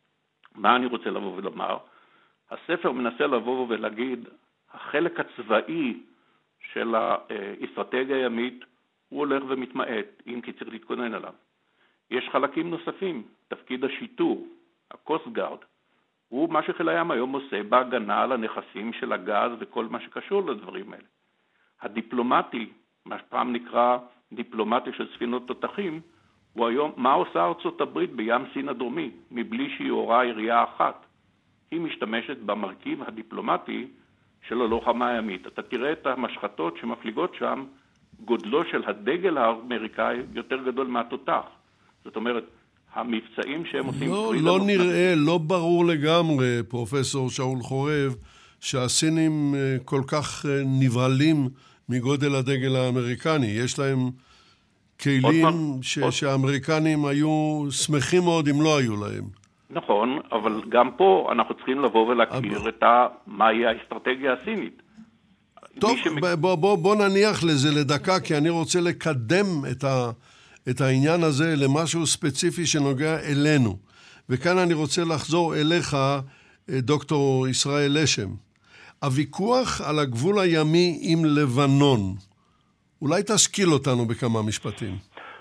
מה אני רוצה לבוא ולומר? הספר מנסה לבוא ולהגיד, החלק הצבאי של האסטרטגיה הימית הוא הולך ומתמעט, אם כי צריך להתכונן עליו. יש חלקים נוספים, תפקיד השיטור, הקוסט גארד, הוא מה שחיל הים היום עושה בהגנה על הנכסים של הגז וכל מה שקשור לדברים האלה. הדיפלומטי, מה שפעם נקרא דיפלומטי של ספינות תותחים, הוא היום, מה עושה ארצות הברית בים סין הדרומי, מבלי שהיא הורה ירייה אחת? היא משתמשת במרכיב הדיפלומטי של הלוחמה הימית. אתה תראה את המשחטות שמפליגות שם, גודלו של הדגל האמריקאי יותר גדול מהתותח. זאת אומרת, המבצעים שהם עושים... לא, לא נראה, לא ברור לגמרי, פרופסור שאול חורב, שהסינים כל כך נבהלים מגודל הדגל האמריקני. יש להם כלים ש... שהאמריקנים היו שמחים מאוד אם לא היו להם. נכון, אבל גם פה אנחנו צריכים לבוא ולהכיר אבל... את ה... מהי האסטרטגיה הסינית. טוב, שמק... בוא, בוא, בוא נניח לזה לדקה, כי אני רוצה לקדם את, ה... את העניין הזה למשהו ספציפי שנוגע אלינו. וכאן אני רוצה לחזור אליך, דוקטור ישראל לשם. הוויכוח על הגבול הימי עם לבנון, אולי תשכיל אותנו בכמה משפטים.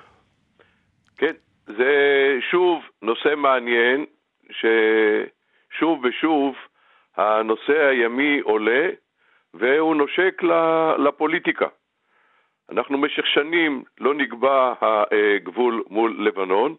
כן, זה שוב נושא מעניין, ששוב ושוב הנושא הימי עולה, והוא נושק לפוליטיקה. אנחנו משך שנים לא נקבע הגבול מול לבנון.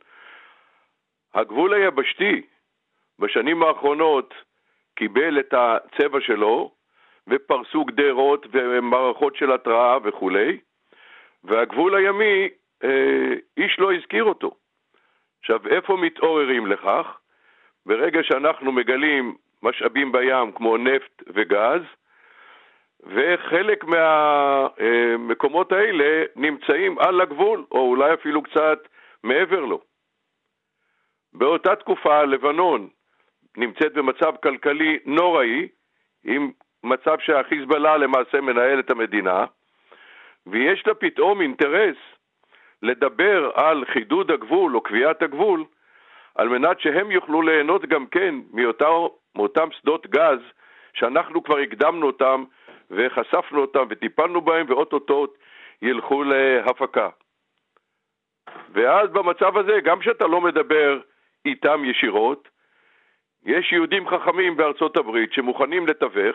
הגבול היבשתי בשנים האחרונות קיבל את הצבע שלו, ופרסו גדרות ומערכות של התראה וכו'. והגבול הימי, אה, איש לא הזכיר אותו. עכשיו, איפה מתעוררים לכך? ברגע שאנחנו מגלים משאבים בים כמו נפט וגז, וחלק מהמקומות האלה נמצאים על הגבול, או אולי אפילו קצת מעבר לו. באותה תקופה לבנון נמצאת במצב כלכלי נוראי, עם מצב שהחיזבאללה למעשה מנהל את המדינה, ויש לה פתאום אינטרס לדבר על חידוד הגבול או קביעת הגבול, על מנת שהם יוכלו ליהנות גם כן מאותם, מאותם שדות גז שאנחנו כבר הקדמנו אותם וחשפנו אותם וטיפלנו בהם, ואוטוטות ילכו להפקה. ואז במצב הזה, גם שאתה לא מדבר איתם ישירות, יש יהודים חכמים בארצות הברית שמוכנים לתווך,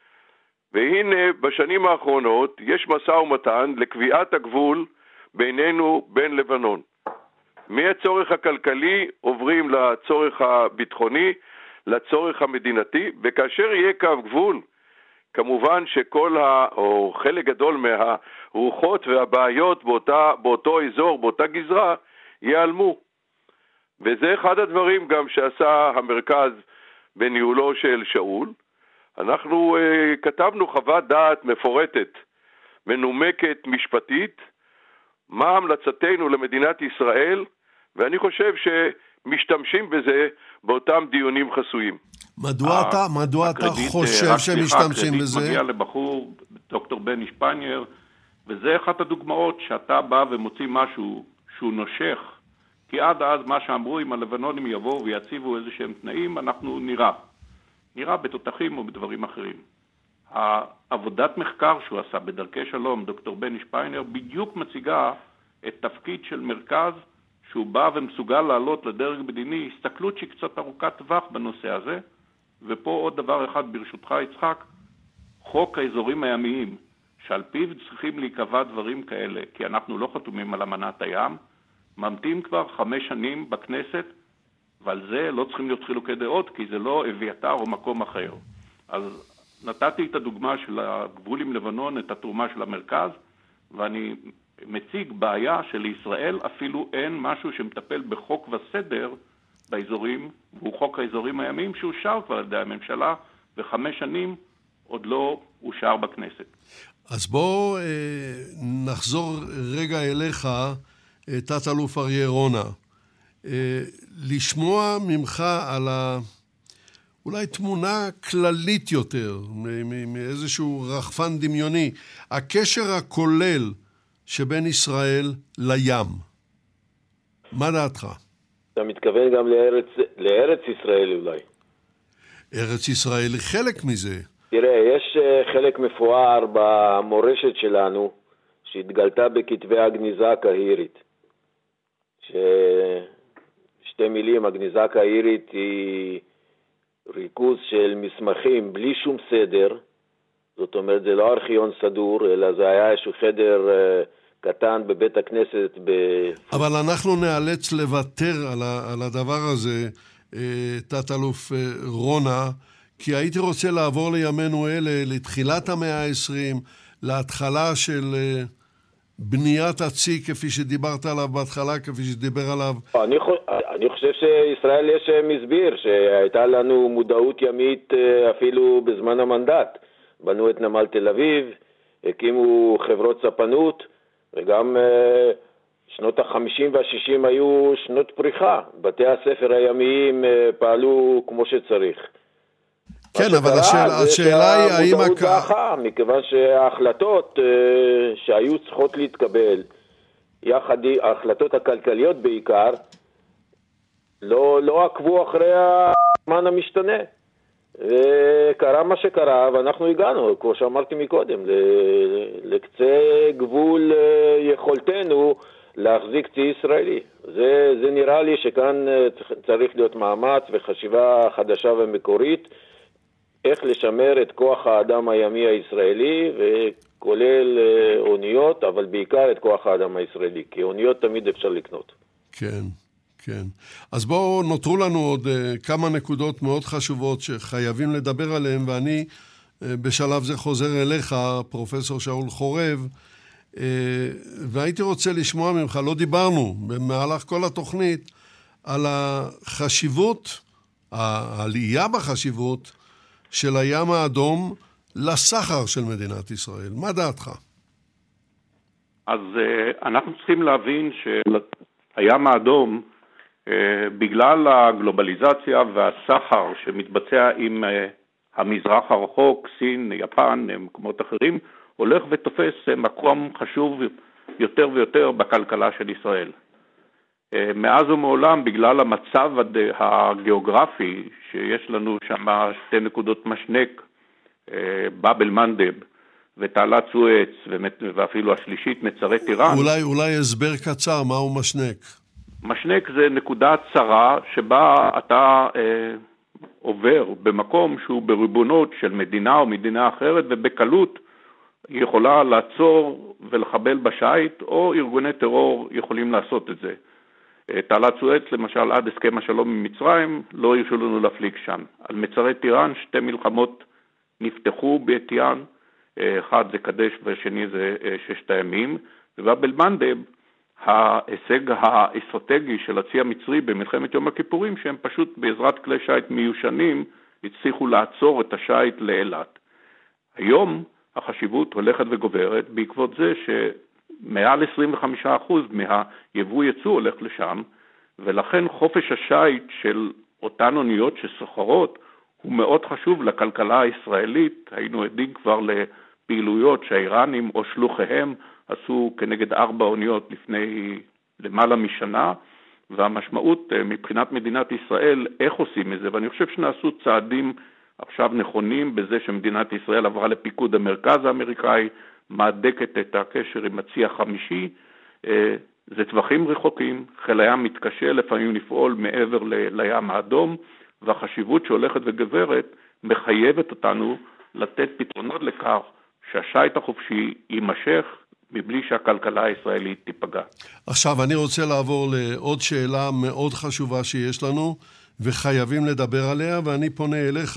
והנה בשנים האחרונות יש משא ומתן לקביעת הגבול בינינו בין לבנון. מהצורך הכלכלי עוברים לצורך הביטחוני, לצורך המדינתי, וכאשר יהיה קו גבול, כמובן שכל ה... או חלק גדול מהרוחות והבעיות באותה, באותו אזור, באותה גזרה, ייעלמו. וזה אחד הדברים גם שעשה המרכז בניהולו של שאול. אנחנו uh, כתבנו חוות דעת מפורטת, מנומקת משפטית, מה המלצתנו למדינת ישראל, ואני חושב שמשתמשים בזה באותם דיונים חסויים. מדוע אתה, מדוע אתה חושב שמשתמשים בזה? הקרדיט מגיע לבחור, דוקטור בני שפיינר, וזה אחת הדוגמאות שאתה בא ומוציא משהו שהוא נושך, כי עד אז מה שאמרו, אם הלבנונים יבואו ויציבו איזה שהם תנאים, אנחנו נראה. נראה בתותחים או בדברים אחרים. העבודת מחקר שהוא עשה בדרכי שלום, דוקטור בני שפיינר, בדיוק מציגה את תפקיד של מרכז שהוא בא ומסוגל לעלות לדרג מדיני, הסתכלות שהיא קצת ארוכת טווח בנושא הזה. ופה עוד דבר אחד ברשותך יצחק, חוק האזורים הימיים, שעל פיו צריכים להיקבע דברים כאלה, כי אנחנו לא חתומים על אמנת הים, ממתין כבר חמש שנים בכנסת, ועל זה לא צריכים להיות חילוקי דעות, כי זה לא אביתר או מקום אחר. אז נתתי את הדוגמה של הגבול עם לבנון, את התרומה של המרכז, ואני מציג בעיה שלישראל אפילו אין משהו שמטפל בחוק וסדר באזורים, והוא חוק האזורים הימיים שאושר כבר על ידי הממשלה, וחמש שנים עוד לא אושר בכנסת. אז בוא אה, נחזור רגע אליך, תת-אלוף אריה רונה. אה, לשמוע ממך על ה... אולי תמונה כללית יותר, מאיזשהו רחפן דמיוני, הקשר הכולל שבין ישראל לים. מה דעתך? אתה מתכוון גם לארץ, לארץ ישראל אולי. ארץ ישראל היא חלק מזה. תראה, יש חלק מפואר במורשת שלנו, שהתגלתה בכתבי הגניזה הקהירית. ששתי מילים, הגניזה הקהירית היא ריכוז של מסמכים בלי שום סדר, זאת אומרת, זה לא ארכיון סדור, אלא זה היה איזשהו חדר קטן בבית הכנסת. ב... אבל אנחנו נאלץ לוותר על, ה, על הדבר הזה, תת-אלוף רונה, כי הייתי רוצה לעבור לימינו אלה, לתחילת המאה העשרים, להתחלה של בניית הצי, כפי שדיברת עליו בהתחלה, כפי שדיבר עליו. אני, אני חושב שישראל יש מסביר, שהייתה לנו מודעות ימית אפילו בזמן המנדט. בנו את נמל תל אביב, הקימו חברות ספנות, וגם שנות ה-חמישים וה-שישים היו שנות פריחה. בתי הספר הימיים פעלו כמו שצריך. כן, אבל השאלה, השאלה היא האם... המודעות דעכה, מכיוון שההחלטות שהיו צריכות להתקבל, יחד ההחלטות הכלכליות בעיקר, לא, לא עקבו אחרי הזמן המשתנה. וקרה מה שקרה, ואנחנו הגענו, כמו שאמרתי מקודם, לקצה גבול יכולתנו להחזיק צי ישראלי. זה, זה נראה לי שכאן צריך להיות מאמץ וחשיבה חדשה ומקורית, איך לשמר את כוח האדם הימי הישראלי, וכולל אוניות, אבל בעיקר את כוח האדם הישראלי, כי אוניות תמיד אפשר לקנות. כן. כן. אז בואו, נותרו לנו עוד uh, כמה נקודות מאוד חשובות שחייבים לדבר עליהן, ואני uh, בשלב זה חוזר אליך, פרופסור שאול חורב, uh, והייתי רוצה לשמוע ממך, לא דיברנו במהלך כל התוכנית, על החשיבות, העלייה בחשיבות של הים האדום לסחר של מדינת ישראל. מה דעתך? אז uh, אנחנו צריכים להבין שהים האדום, Uh, בגלל הגלובליזציה והסחר שמתבצע עם uh, המזרח הרחוק, סין, יפן, מקומות אחרים, הולך ותופס uh, מקום חשוב יותר ויותר בכלכלה של ישראל. Uh, מאז ומעולם, בגלל המצב הד- הגיאוגרפי, שיש לנו שם שתי נקודות משנק, uh, באבל מנדב ותעלת סואץ, ואפילו השלישית מצרי טיראן. אולי, אולי הסבר קצר, מהו משנק? משנק זה נקודה צרה שבה אתה אה, עובר במקום שהוא בריבונות של מדינה או מדינה אחרת, ובקלות היא יכולה לעצור ולחבל בשייט, או ארגוני טרור יכולים לעשות את זה. אה, תעלת סואץ למשל עד הסכם השלום עם מצרים לא הרשו לנו להפליג שם. על מצרי טיראן שתי מלחמות נפתחו בעטיין, אה, אחד זה קדש והשני זה אה, ששת הימים, ובאבל מנדב ההישג האסטרטגי של הצי המצרי במלחמת יום הכיפורים, שהם פשוט בעזרת כלי שייט מיושנים הצליחו לעצור את השייט לאילת. היום החשיבות הולכת וגוברת בעקבות זה שמעל עשרים וחמישה אחוז מהיבוא יצוא הולך לשם, ולכן חופש השייט של אותן אוניות שסוחרות הוא מאוד חשוב לכלכלה הישראלית. היינו עדים כבר לפעילויות שהאיראנים או שלוחיהם עשו כנגד ארבע אוניות לפני למעלה משנה, והמשמעות מבחינת מדינת ישראל, איך עושים את זה, ואני חושב שנעשו צעדים עכשיו נכונים בזה שמדינת ישראל עברה לפיקוד המרכז האמריקאי, מעדקת את הקשר עם הצי החמישי, זה טווחים רחוקים, חיל הים מתקשה לפעמים לפעול מעבר לים האדום, והחשיבות שהולכת וגברת מחייבת אותנו לתת פתרונות לכך שהשייט החופשי יימשך, מבלי שהכלכלה הישראלית תיפגע. עכשיו אני רוצה לעבור לעוד שאלה מאוד חשובה שיש לנו, וחייבים לדבר עליה, ואני פונה אליך,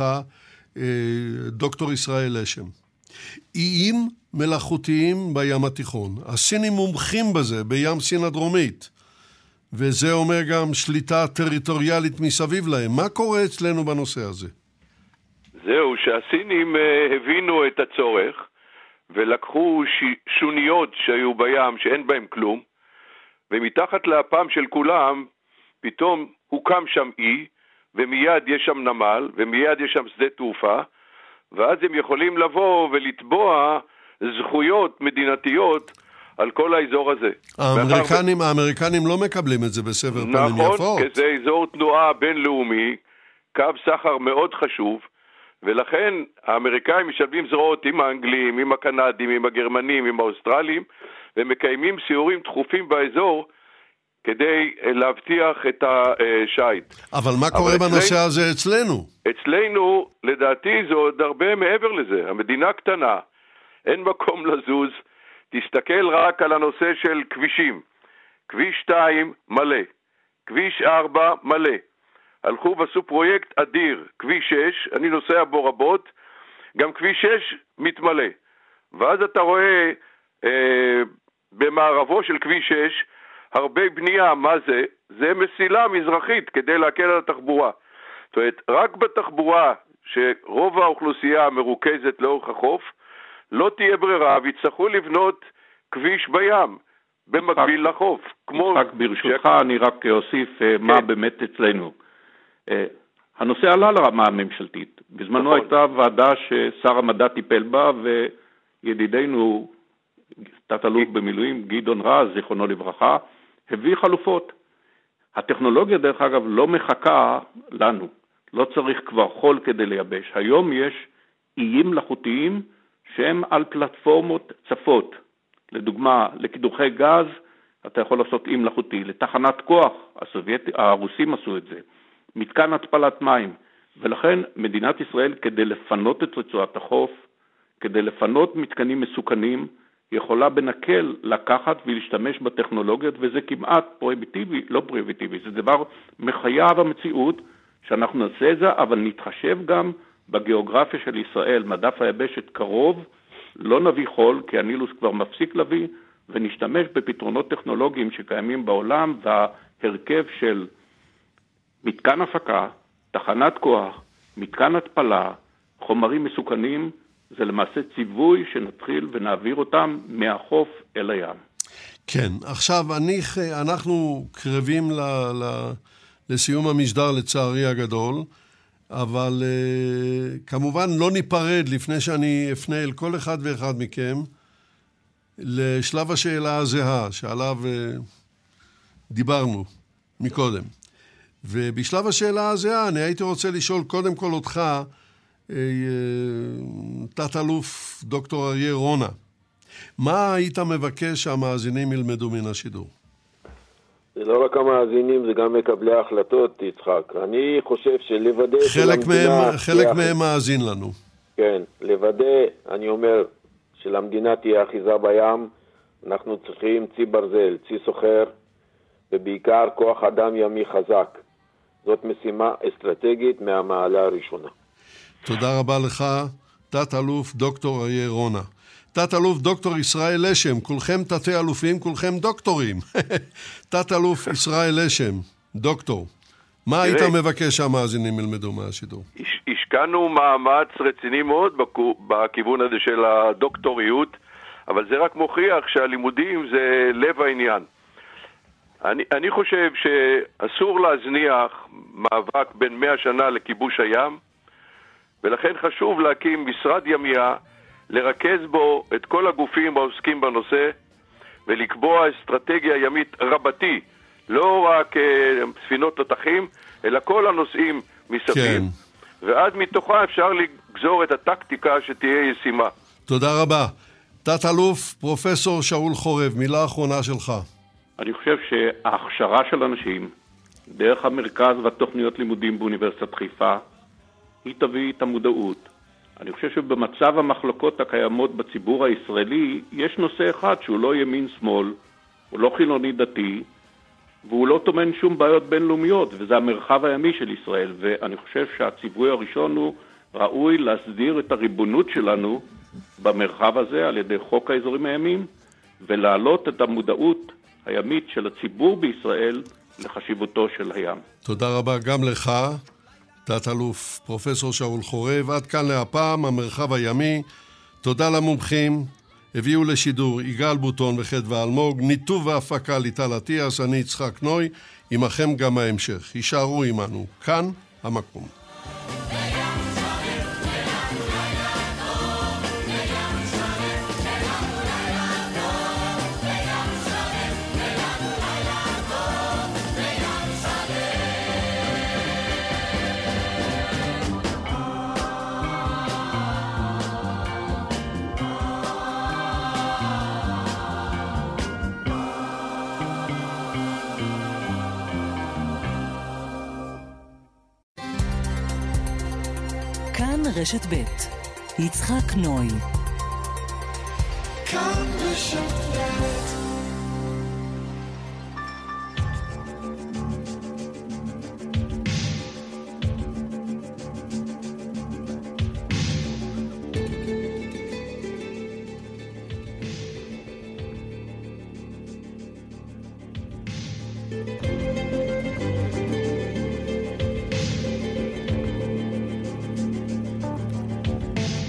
דוקטור ישראל לשם. איים מלאכותיים בים התיכון. הסינים מומחים בזה, בים סין הדרומית, וזה אומר גם שליטה טריטוריאלית מסביב להם. מה קורה אצלנו בנושא הזה? זהו, שהסינים הבינו את הצורך, ולקחו שוניות שהיו בים שאין בהם כלום, ומתחת לאפם של כולם פתאום הוקם שם אי, ומיד יש שם נמל, ומיד יש שם שדה תעופה, ואז הם יכולים לבוא ולתבוע זכויות מדינתיות על כל האזור הזה. האמריקנים, האמריקנים לא מקבלים את זה בסבר פנים יפות. נכון, כי זה אזור תנועה בינלאומי, קו סחר מאוד חשוב, ולכן האמריקאים משלבים זרועות עם האנגלים, עם הקנדים, עם הגרמנים, עם האוסטרלים, ומקיימים סיורים תכופים באזור כדי להבטיח את השייט. אבל מה קורה אבל בנושא אצלנו, הזה אצלנו? אצלנו, לדעתי, זה עוד הרבה מעבר לזה. המדינה קטנה, אין מקום לזוז, תסתכל רק על הנושא של כבישים. כביש שתיים מלא, כביש ארבע מלא. הלכו ועשו פרויקט אדיר, כביש שש, אני נוסע בו רבות, גם כביש שש מתמלא. ואז אתה רואה אה, במערבו של כביש שש, הרבה בנייה, מה זה? זה מסילה מזרחית כדי להקל על התחבורה. זאת אומרת, רק בתחבורה שרוב האוכלוסייה מרוכזת לאורך החוף, לא תהיה ברירה, ויצטרכו לבנות כביש בים. במקביל לחוף. רק ברשותך, אני רק אוסיף מה באמת אצלנו. הנושא עלה לרמה הממשלתית. בזמנו הייתה ועדה ששר המדע טיפל בה, וידידנו, תת-אלוף במילואים, גדעון רז, זיכרונו לברכה, הביא חלופות. הטכנולוגיה, דרך אגב, לא מחכה לנו. לא צריך כבר חול כדי לייבש. היום יש איים מלאכותיים שהם על פלטפורמות צפות. לדוגמה, לקידוחי גז, אתה יכול לעשות איים מלאכותי. לתחנת כוח, הסובייט, הרוסים עשו את זה. מתקן התפלת מים. ולכן מדינת ישראל, כדי לפנות את רצועת החוף, כדי לפנות מתקנים מסוכנים, יכולה בנקל לקחת ולהשתמש בטכנולוגיות, וזה כמעט פרויביטיבי, לא פרויביטיבי, זה דבר מחייב המציאות, שאנחנו נעשה את זה, אבל נתחשב גם בגיאוגרפיה של ישראל, מדף היבשת קרוב, לא נביא חול, כי הנילוס כבר מפסיק להביא, ונשתמש בפתרונות טכנולוגיים שקיימים בעולם, וההרכב של מתקן הפקה, תחנת כוח, מתקן התפלה, חומרים מסוכנים, זה למעשה ציווי שנתחיל ונעביר אותם מהחוף אל הים. כן, עכשיו אני, אנחנו קרבים ל, ל, לסיום המשדר לצערי הגדול, אבל uh, כמובן לא ניפרד לפני שאני אפנה אל כל אחד ואחד מכם לשלב השאלה הזהה שעליו uh, דיברנו מקודם. ובשלב השאלה הזהה אני הייתי רוצה לשאול קודם כל אותך, תת-אלוף דוקטור אריה רונה, מה היית מבקש שהמאזינים ילמדו מן השידור? זה לא רק המאזינים, זה גם מקבלי ההחלטות, יצחק. אני חושב שלוודא חלק מהם, חלק מהם מאזין לנו. כן, לוודא, אני אומר, שלמדינה תהיה אחיזה בים, אנחנו צריכים צי ברזל, צי סוחר, ובעיקר כוח אדם ימי חזק. זאת משימה אסטרטגית מהמעלה הראשונה. תודה רבה לך, תת-אלוף דוקטור אריה רונה. תת-אלוף דוקטור ישראל לשם, כולכם תתי-אלופים, כולכם דוקטורים. תת-אלוף ישראל לשם, דוקטור. מה היית מבקש שהמאזינים ילמדו מהשידור? השקענו מאמץ רציני מאוד בכיוון הזה של הדוקטוריות, אבל זה רק מוכיח שהלימודים זה לב העניין. אני, אני חושב שאסור להזניח מאבק בין מאה שנה לכיבוש הים, ולכן חשוב להקים משרד ימייה, לרכז בו את כל הגופים העוסקים בנושא, ולקבוע אסטרטגיה ימית רבתי, לא רק uh, ספינות תותחים, אלא כל הנושאים מסביב. כן. ואז מתוכה אפשר לגזור את הטקטיקה שתהיה ישימה. תודה רבה. תת-אלוף פרופסור שאול חורב, מילה אחרונה שלך. אני חושב שההכשרה של אנשים, דרך המרכז והתוכניות לימודים באוניברסיטת חיפה, היא תביא את המודעות. אני חושב שבמצב המחלוקות הקיימות בציבור הישראלי, יש נושא אחד שהוא לא ימין-שמאל, הוא לא חילוני דתי, והוא לא טומן שום בעיות בינלאומיות, וזה המרחב הימי של ישראל. ואני חושב שהציווי הראשון הוא ראוי להסדיר את הריבונות שלנו במרחב הזה על ידי חוק האזורים הימיים, ולהעלות את המודעות הימית של הציבור בישראל לחשיבותו של הים. תודה רבה גם לך, תת-אלוף פרופסור שאול חורב. עד כאן להפעם, המרחב הימי. תודה למומחים. הביאו לשידור יגאל בוטון וחדווה אלמוג, ניתוב והפקה ליטל עטיאס, אני יצחק נוי, עמכם גם ההמשך. יישארו עמנו. כאן המקום. רשת ב' יצחק נוי. כאן רשת ב'.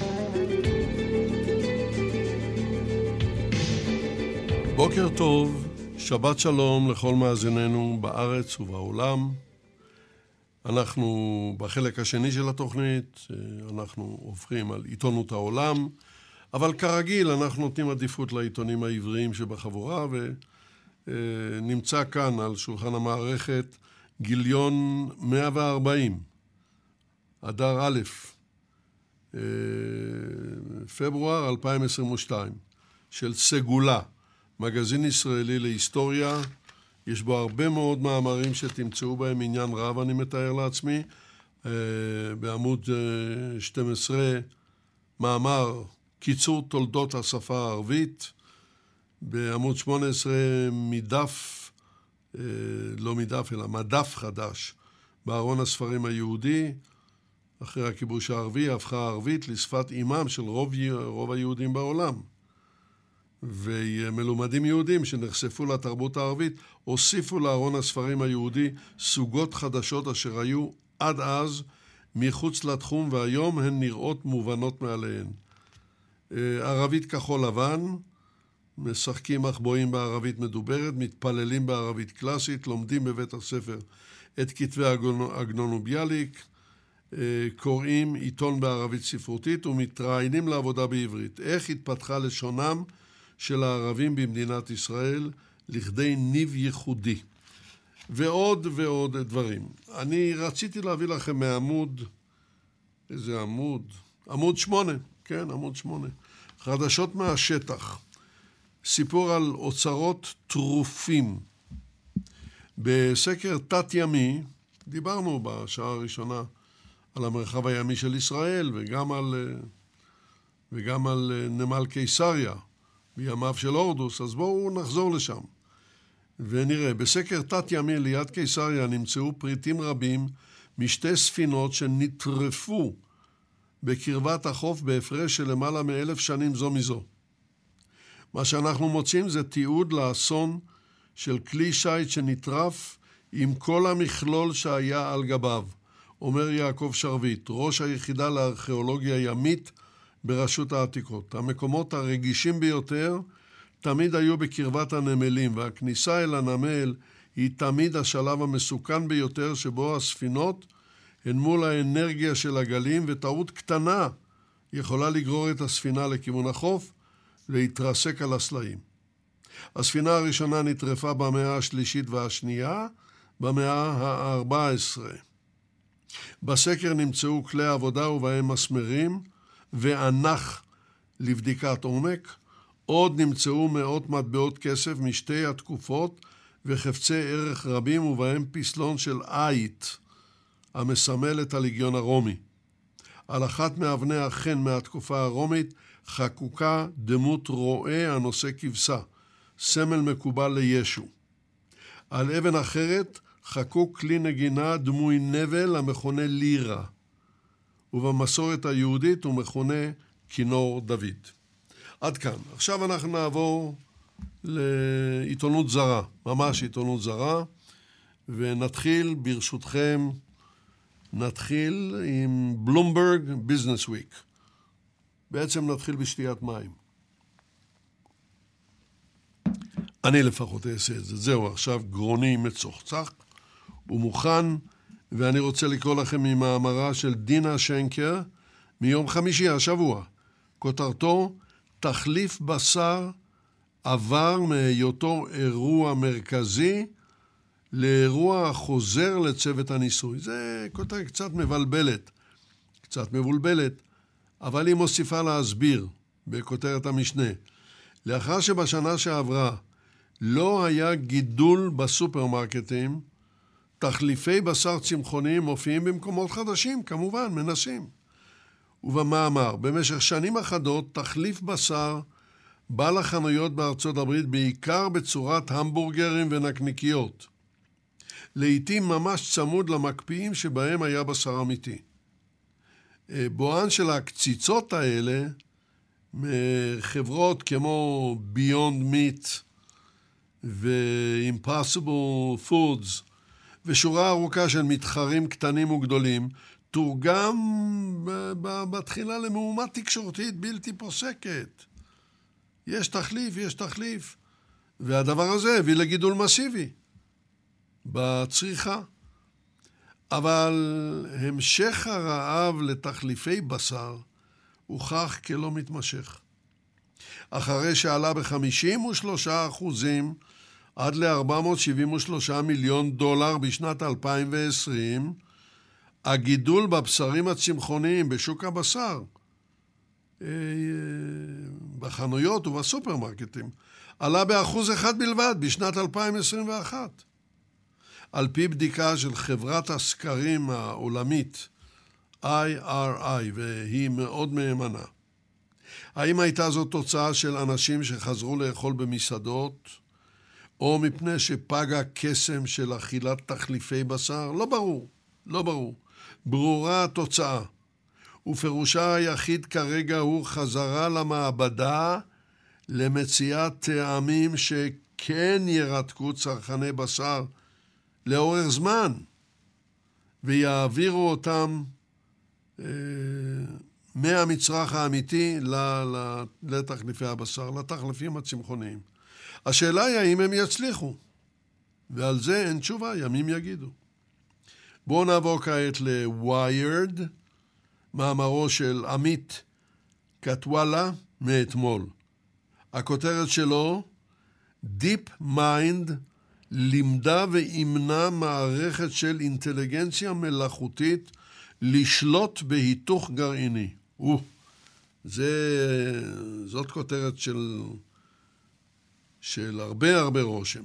בוקר טוב שבת שלום לכל מאזיננו בארץ ובעולם. אנחנו בחלק השני של התוכנית, אנחנו עוברים על עיתונות העולם, אבל כרגיל אנחנו נותנים עדיפות לעיתונים העבריים שבחבורה, ונמצא כאן על שולחן המערכת גיליון מאה וארבעים, אדר א', פברואר אלפיים עשרים ושתיים, של סגולה, מגזין ישראלי להיסטוריה. יש בו הרבה מאוד מאמרים שתמצאו בהם עניין רב, אני מתאר לעצמי. בעמוד שתים עשרה מאמר קיצור תולדות השפה הערבית. בעמוד שמונה עשרה מדף, לא מדף אלא מדף חדש, בארון הספרים היהודי. אחרי הכיבוש הערבי הפכה הערבית לשפת אימם של רוב, רוב היהודים בעולם. ומלומדים יהודים שנחשפו לתרבות הערבית הוסיפו לארון הספרים היהודי סוגות חדשות אשר היו עד אז מחוץ לתחום, והיום הן נראות מובנות מעליהן. ערבית כחול לבן, משחקים מחבואים בערבית מדוברת, מתפללים בערבית קלאסית, לומדים בבית הספר את כתבי עגנון וביאליק, קוראים עיתון בערבית ספרותית ומתראיינים לעבודה בעברית. איך התפתחה לשונם של הערבים במדינת ישראל לכדי ניב ייחודי, ועוד ועוד דברים. אני רציתי להביא לכם מעמוד, איזה עמוד? עמוד שמונה, כן, עמוד שמונה. חדשות מהשטח. סיפור על אוצרות טרופים. בסקר תת ימי, דיברנו בשעה הראשונה על המרחב הימי של ישראל, וגם על, וגם על נמל קיסריה, בימיו של הורדוס, אז בואו נחזור לשם. ונראה, בסקר תת ימי ליד קיסריה נמצאו פריטים רבים משתי ספינות שנטרפו בקרבת החוף בהפרש של למעלה מאלף שנים זו מזו. מה שאנחנו מוצאים זה תיעוד לאסון של כלי שייט שנטרף עם כל המכלול שהיה על גביו, אומר יעקב שרביט, ראש היחידה לארכיאולוגיה ימית ברשות העתיקות. המקומות הרגישים ביותר תמיד היו בקרבת הנמלים, והכניסה אל הנמל היא תמיד השלב המסוכן ביותר, שבו הספינות הן מול האנרגיה של הגלים, וטעות קטנה יכולה לגרור את הספינה לכיוון החוף, להתרסק על הסלעים. הספינה הראשונה נטרפה במאה השלישית והשנייה, במאה ה-ארבע עשרה. בסקר נמצאו כלי עבודה ובהם מסמרים וענך לבדיקת עומק. עוד נמצאו מאות מטבעות כסף משתי התקופות וחפצי ערך רבים, ובהם פסלון של עית המסמל את הלגיון הרומי. על אחת מאבני החן מהתקופה הרומית חקוקה דמות רועה הנושא כבשה, סמל מקובל לישו. על אבן אחרת חקוק כלי נגינה דמוי נבל המכונה לירה, ובמסורת היהודית הוא מכונה כינור דוד. עד כאן. עכשיו אנחנו נעבור לעיתונות זרה, ממש עיתונות זרה, ונתחיל ברשותכם, נתחיל עם בלומברג ביזנס וויק. בעצם נתחיל בשתיית מים. אני לפחות אעשה את זה. זהו, עכשיו גרוני מצוחצח ומוכן, ואני רוצה לקרוא לכם ממאמרה של דינה שנקר מיום חמישי השבוע. כותרתו, תחליף בשר עבר מהיותו אירוע מרכזי לאירוע החוזר לצוות הניסוי. זה כותרת קצת מבלבלת, קצת מבולבלת, אבל היא מוסיפה להסביר בכותרת המשנה. לאחר שבשנה שעברה לא היה גידול בסופרמרקטים, תחליפי בשר צמחוניים מופיעים במקומות חדשים, כמובן, מנסים. ובמאמר, במשך שנים אחדות, תחליף בשר בא לחנויות בארצות הברית בעיקר בצורת המבורגרים ונקניקיות. לעתים ממש צמוד למקפיאים שבהם היה בשר אמיתי. בואן של הקציצות האלה, מחברות כמו Beyond Meat ו-Impossible Foods, ושורה ארוכה של מתחרים קטנים וגדולים, תורגם בתחילה למהומה תקשורתית בלתי פוסקת. יש תחליף, יש תחליף. והדבר הזה הביא לגידול מסיבי בצריכה. אבל המשך הרעב לתחליפי בשר הוכח כלא מתמשך. אחרי שעלה ב-חמישים ושלושה אחוזים עד ל-ארבע מאות שבעים ושלושה מיליון דולר בשנת אלפיים ועשרים, הגידול בבשרים הצמחוניים בשוק הבשר, בחנויות ובסופרמרקטים, עלה באחוז אחד בלבד בשנת אלפיים עשרים ואחת. על פי בדיקה של חברת הסקרים העולמית איי אר איי, והיא מאוד מהימנה. האם הייתה זו תוצאה של אנשים שחזרו לאכול במסעדות, או מפני שפג הקסם של אכילת תחליפי בשר? לא ברור, לא ברור. ברורה התוצאה. ופירושה היחיד כרגע הוא חזרה למעבדה למציאת טעמים שכן ירתקו צרכני בשר לאורך זמן, ויעבירו אותם אה, מהמצרך האמיתי לתחליפי הבשר, לתחליפים הצמחוניים. השאלה היא האם הם יצליחו, ועל זה אין תשובה, ימים יגידו. בואו נעבור כעת ל-Wired, מאמרו של עמית קטואלה מאתמול. הכותרת שלו, Deep Mind לימדה ואימנה מערכת של אינטליגנציה מלאכותית לשלוט בהיתוך גרעיני. או, זה, זאת כותרת של, של הרבה הרבה רושם.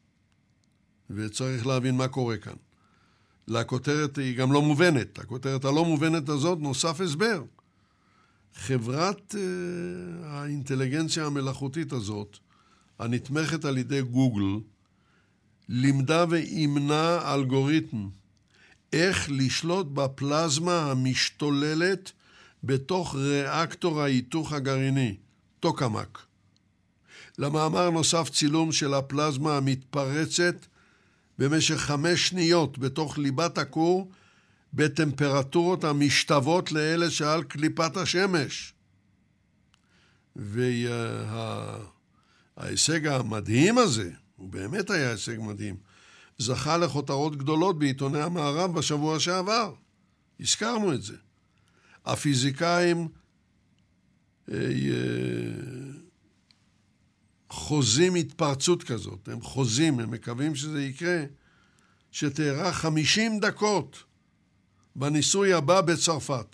וצריך להבין מה קורה כאן. לכותרת היא גם לא מובנת. הכותרת הלא מובנת הזאת נוסף הסבר. חברת uh, האינטליגנציה המלאכותית הזאת, הנתמכת על ידי גוגל, לימדה ואימנה אלגוריתם איך לשלוט בפלזמה המשתוללת בתוך ריאקטור ההיתוך הגרעיני, טוקמק. למאמר נוסף צילום של הפלזמה המתפרצת במשך חמש שניות בתוך ליבת הכור בטמפרטורות המשתוות לאלה שעל קליפת השמש. וההישג המדהים הזה, הוא באמת היה הישג מדהים, זכה לכותרות גדולות בעיתוני המערב בשבוע שעבר. הזכרנו את זה. הפיזיקאים חוזים התפרצות כזאת, הם חוזים, הם מקווים שזה יקרה, שתארך חמישים דקות בניסוי הבא בצרפת,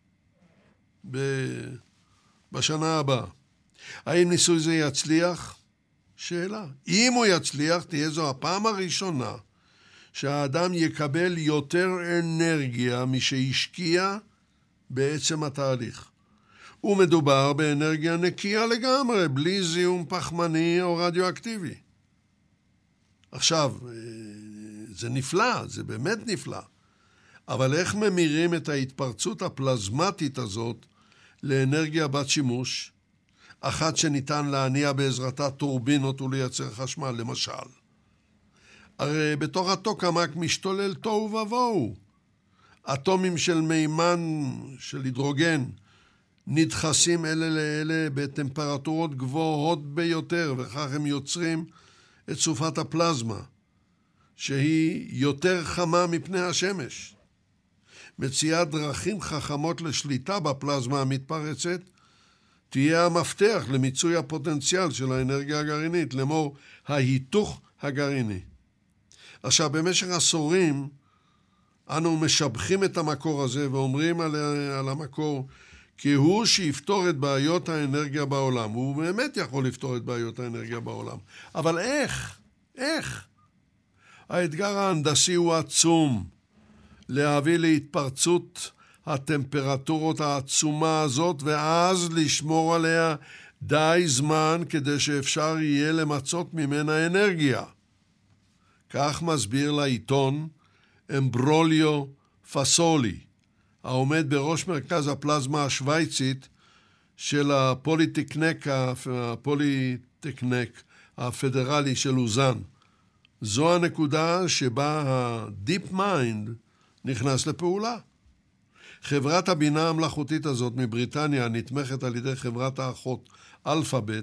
בשנה הבאה. האם ניסוי זה יצליח? שאלה. אם הוא יצליח, תהיה זו הפעם הראשונה שהאדם יקבל יותר אנרגיה משהשקיע בעצם התהליך. ומדובר באנרגיה נקייה לגמרי, בלי זיהום פחמני או רדיואקטיבי. עכשיו, זה נפלא, זה באמת נפלא. אבל איך ממירים את ההתפרצות הפלזמטית הזאת לאנרגיה בת שימוש? אחת שניתן להניע בעזרתה טורבינות ולייצר חשמל, למשל. הרי בתוך הטוקמק משתולל תוהו ובוהו. אטומים של מימן, של הידרוגן, נדחסים אלה לאלה בטמפרטורות גבוהות ביותר, וכך הם יוצרים את סופת הפלזמה, שהיא יותר חמה מפני השמש. מציאת דרכים חכמות לשליטה בפלזמה המתפרצת, תהיה המפתח למיצוי הפוטנציאל של האנרגיה הגרעינית, לאמור ההיתוך הגרעיני. עכשיו, במשך עשורים, אנו משבחים את המקור הזה ואומרים על, על המקור, כי הוא שיפתור את בעיות האנרגיה בעולם. הוא באמת יכול לפתור את בעיות האנרגיה בעולם. אבל איך? איך? האתגר ההנדסי הוא עצום. להביא להתפרצות הטמפרטורות העצומה הזאת, ואז לשמור עליה די זמן כדי שאפשר יהיה למצות ממנה אנרגיה. כך מסביר לעיתון אמברוליו פסולי, העומד בראש מרכז הפלזמה השוויצית של הפוליטקנק, הפוליטקנק הפדרלי של אוזן. זו הנקודה שבה ה-Deep Mind נכנס לפעולה. חברת הבינה המלאכותית הזאת מבריטניה, נתמכת על ידי חברת האחות אלפאבית,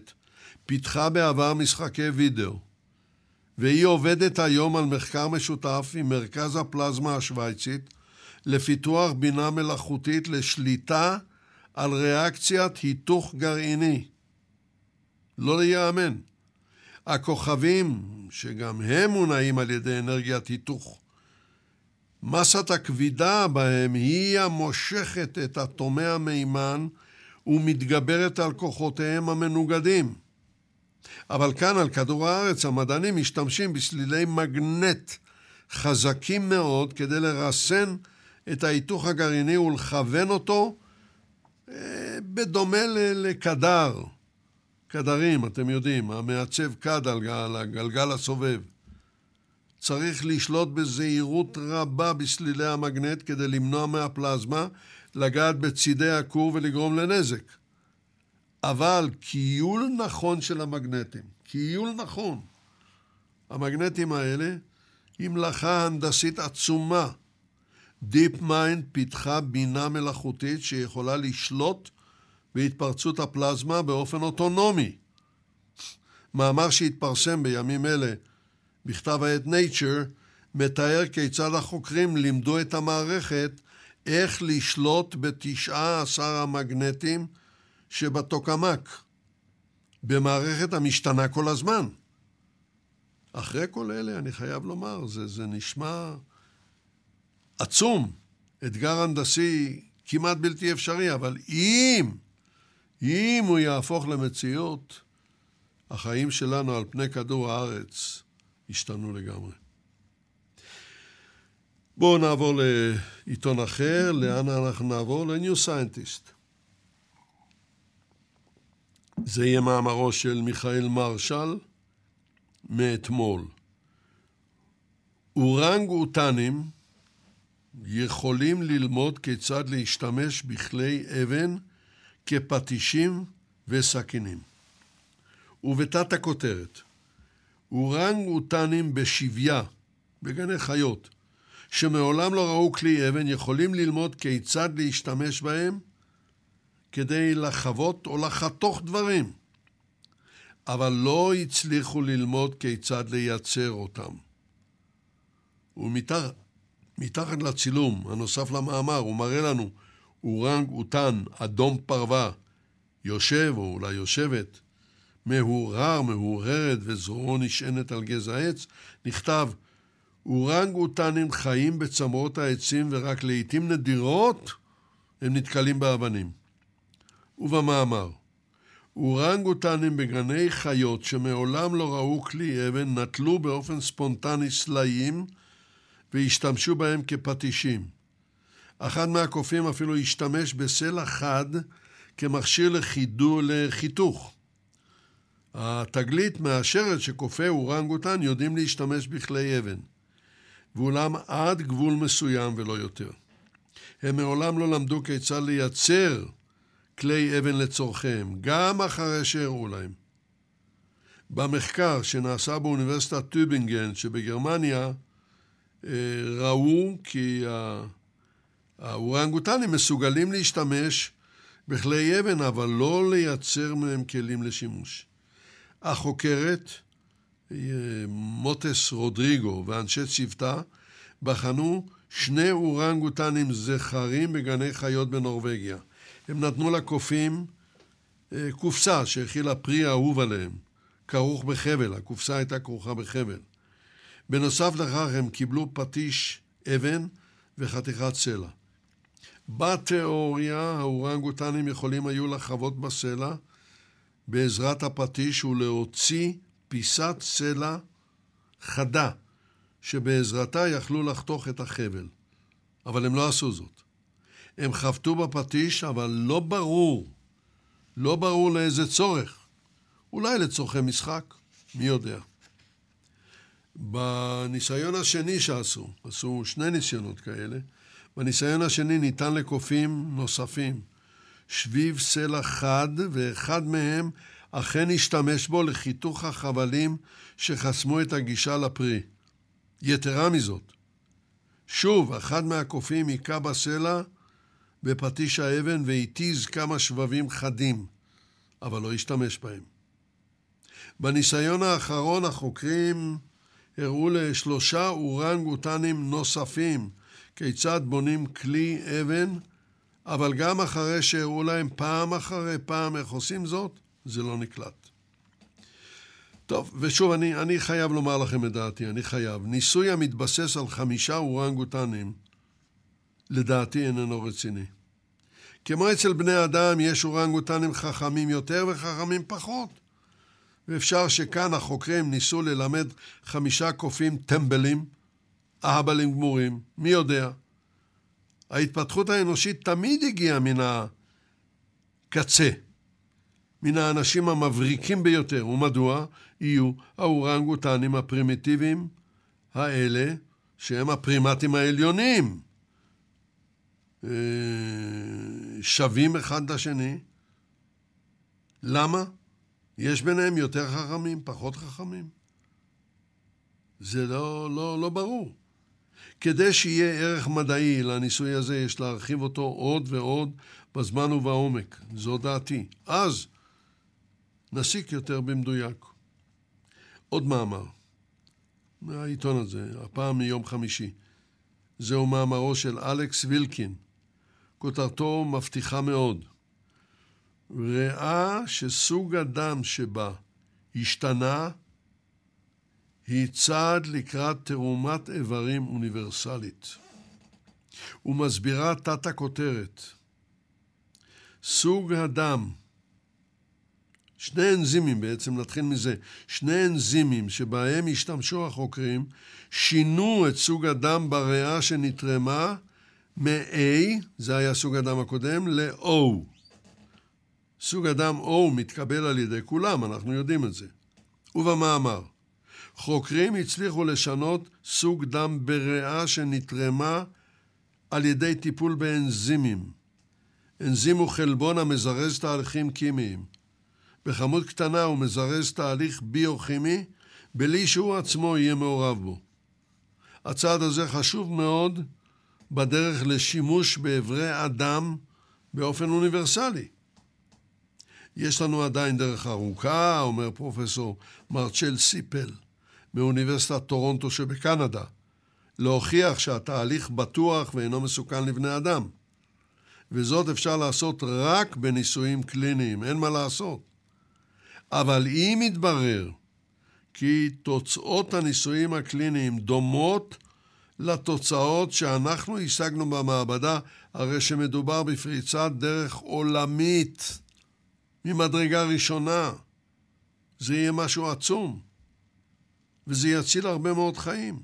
פיתחה בעבר משחקי וידאו, והיא עובדת היום על מחקר משותף עם מרכז הפלזמה השוויצית לפיתוח בינה מלאכותית לשליטה על ריאקציית היתוך גרעיני. לא להיאמן. הכוכבים, שגם הם מונעים על ידי אנרגיית היתוך, מסת הכבידה בהם היא המושכת את אטומי המימן ומתגברת על כוחותיהם המנוגדים. אבל כאן על כדור הארץ המדענים משתמשים בסלילי מגנט חזקים מאוד כדי לרסן את ההיתוך הגרעיני ולכוון אותו בדומה לקדר. קדרים, אתם יודעים, המעצב קד על הגלגל הסובב. צריך לשלוט בזהירות רבה בסלילי המגנט כדי למנוע מהפלזמה לגעת בצידי הכור ולגרום לנזק. אבל קיול נכון של המגנטים, קיול נכון. המגנטים האלה היא מלאכה הנדסית עצומה. דיפ מיינד פיתחה בינה מלאכותית שיכולה לשלוט בהתפרצות הפלזמה באופן אוטונומי. מאמר שהתפרסם בימים אלה בכתב העת Nature מתאר כיצד החוקרים לימדו את המערכת איך לשלוט בתשעה עשר המגנטים שבתוקמק, במערכת המשתנה כל הזמן. אחרי כל אלה אני חייב לומר, זה, זה נשמע עצום, אתגר הנדסי כמעט בלתי אפשרי, אבל אם, אם הוא יהפוך למציאות, החיים שלנו על פני כדור הארץ השתנו לגמרי. בואו נעבור לעיתון אחר, לאן אנחנו נעבור? ל-New Scientist. זה יהיה מאמרו של מיכאל מרשל מאתמול. אורנג אוטנים יכולים ללמוד כיצד להשתמש בכלי אבן כפטישים וסכינים. ובתת הכותרת, אורנג אוטנים בשביה, בגני חיות, שמעולם לא ראו כלי אבן, יכולים ללמוד כיצד להשתמש בהם כדי לחוות או לחתוך דברים, אבל לא הצליחו ללמוד כיצד לייצר אותם. ומתחת מתחת לצילום הנוסף למאמר הוא מראה לנו אורנג אוטן אדום פרווה, יושב או אולי יושבת, מהורר, מהוררת וזרועו נשענת על גזע עץ. נכתב, אורנג אוטנים חיים בצמרות העצים ורק לעתים נדירות הם נתקלים באבנים. ובמאמר, אורנג אוטנים בגני חיות שמעולם לא ראו כלי אבן נטלו באופן ספונטני סלעים והשתמשו בהם כפטישים. אחד מהקופים אפילו השתמש בסלע חד כמכשיר לחידו, לחיתוך. התגלית מאשרת שקופי אורנג אוטן יודעים להשתמש בכלי אבן, ואולם עד גבול מסוים ולא יותר. הם מעולם לא למדו כיצד לייצר כלי אבן לצורכיהם, גם אחרי שהראו להם. במחקר שנעשה באוניברסיטת טובינגן שבגרמניה, ראו כי האורנגוטנים מסוגלים להשתמש בכלי אבן, אבל לא לייצר מהם כלים לשימוש. החוקרת, מוטס רודריגו ואנשי צוותה, בחנו שני אורנגוטנים זכרים בגני חיות בנורווגיה. הם נתנו לקופים קופסה שהכילה פרי אהוב עליהם, כרוך בחבל, הקופסה הייתה כרוכה בחבל. בנוסף לכך הם קיבלו פטיש אבן וחתיכת סלע. בתיאוריה האורנגוטנים יכולים היו לחוות בסלע בעזרת הפטיש ולהוציא פיסת סלע חדה שבעזרתה יכלו לחתוך את החבל. אבל הם לא עשו זאת. הם חבטו בפטיש, אבל לא ברור, לא ברור לאיזה צורך. אולי לצורכי משחק, מי יודע. בניסיון השני שעשו, עשו שני ניסיונות כאלה, בניסיון השני ניתן לקופים נוספים שביב סלע חד, ואחד מהם אכן השתמש בו לחיתוך החבלים שחסמו את הגישה לפרי. יתרה מזאת, שוב, אחד מהקופים היכה בסלע בפטיש האבן והתיז כמה שבבים חדים, אבל לא השתמש בהם. בניסיון האחרון החוקרים הראו לשלושה אורנגוטנים נוספים כיצד בונים כלי אבן, אבל גם אחרי שהראו להם פעם אחרי פעם איך עושים זאת, זה לא נקלט. טוב, ושוב, אני, אני חייב לומר לכם את דעתי, אני חייב. ניסוי המתבסס על חמישה אורנגוטנים, לדעתי איננו רציני. כמו אצל בני אדם, יש אורנגוטנים חכמים יותר וחכמים פחות. ואפשר שכאן החוקרים ניסו ללמד חמישה קופים טמבלים, אהבלים גמורים, מי יודע. ההתפתחות האנושית תמיד הגיעה מן הקצה, מן האנשים המבריקים ביותר, ומדוע יהיו האורנגוטנים הפרימיטיביים האלה, שהם הפרימטים העליונים, שווים אחד לשני. למה? יש ביניהם יותר חכמים, פחות חכמים. זה לא, לא, לא ברור. כדי שיהיה ערך מדעי לניסוי הזה, יש להרחיב אותו עוד ועוד בזמן ובעומק. זו דעתי. אז נסיק יותר במדויק. עוד מאמר, מהעיתון הזה, הפעם מיום חמישי. זהו מאמרו של אלכס וילקין. כותרתו מבטיחה מאוד. ראה שסוג הדם שבה השתנה היא צעד לקראת תרומת איברים אוניברסלית. ומסבירה תת הכותרת. סוג הדם, שני אנזימים בעצם, נתחיל מזה, שני אנזימים שבהם השתמשו החוקרים, שינו את סוג הדם בריאה שנתרמה מ-A, זה היה סוג הדם הקודם, ל-O. סוג הדם O מתקבל על ידי כולם, אנחנו יודעים את זה. ובמאמר, חוקרים הצליחו לשנות סוג דם בריאה שנתרמה על ידי טיפול באנזימים. אנזים הוא חלבון המזרז תהליכים כימיים. בכמות קטנה הוא מזרז תהליך ביוכימי, בלי שהוא עצמו יהיה מעורב בו. הצעד הזה חשוב מאוד בדרך לשימוש באיברי אדם באופן אוניברסלי. יש לנו עדיין דרך ארוכה, אומר פרופסור מרצ'ל סיפל, מאוניברסיטת טורונטו שבקנדה, להוכיח שהתהליך בטוח ואינו מסוכן לבני אדם. וזאת אפשר לעשות רק בניסויים קליניים, אין מה לעשות. אבל אם יתברר כי תוצאות הניסויים הקליניים דומות לתוצאות שאנחנו השגנו במעבדה, הרי שמדובר בפריצת דרך עולמית ממדרגה ראשונה. זה יהיה משהו עצום, וזה יציל הרבה מאוד חיים.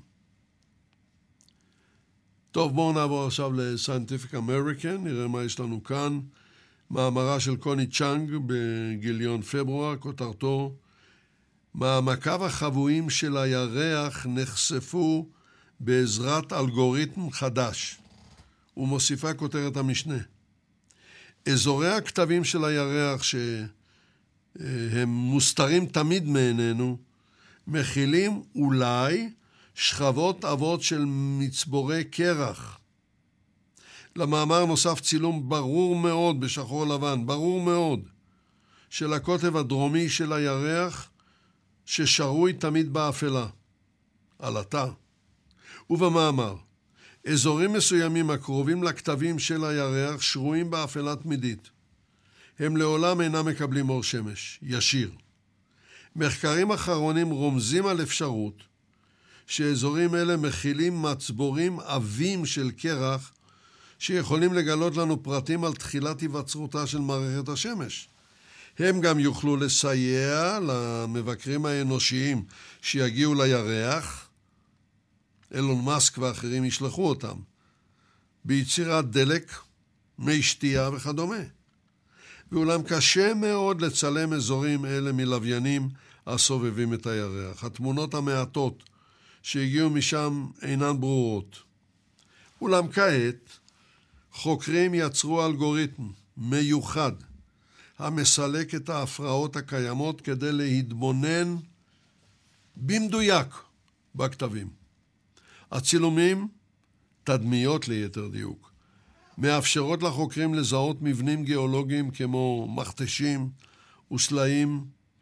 טוב, בואו נעבור עכשיו ל-Scientific American, נראה מה יש לנו כאן. מאמרה של קוני צ'אנג בגיליון פברואר, כותרתו, מעמקיו החבויים של הירח נחשפו בעזרת אלגוריתם חדש, ומוסיפה כותרת המשנה. אזורי הכתבים של הירח שהם מוסתרים תמיד מעינינו, מכילים אולי שכבות עבות של מצבורי קרח. למאמר נוסף צילום ברור מאוד בשחור לבן, ברור מאוד, של הקוטב הדרומי של הירח ששרוי תמיד באפלה, על התא. ובמאמר, אזורים מסוימים הקרובים לכתבים של הירח שרויים באפלה תמידית. הם לעולם אינם מקבלים אור שמש, ישיר. מחקרים אחרונים רומזים על אפשרות שאזורים אלה מכילים מצבורים עבים של קרח שיכולים לגלות לנו פרטים על תחילת היווצרותה של מערכת השמש. הם גם יוכלו לסייע למבקרים האנושיים שיגיעו לירח, אילון מאסק ואחרים ישלחו אותם, ביצירת דלק, מי שתייה וכדומה. ואולם קשה מאוד לצלם אזורים אלה מלוויינים הסובבים את הירח. התמונות המעטות שהגיעו משם אינן ברורות. אולם כעת חוקרים יצרו אלגוריתם מיוחד המסלק את ההפרעות הקיימות כדי להתבונן במדויק בכתבים. הצילומים, תדמיות ליתר דיוק, מאפשרות לחוקרים לזהות מבנים גיאולוגיים כמו מכתשים וסלעים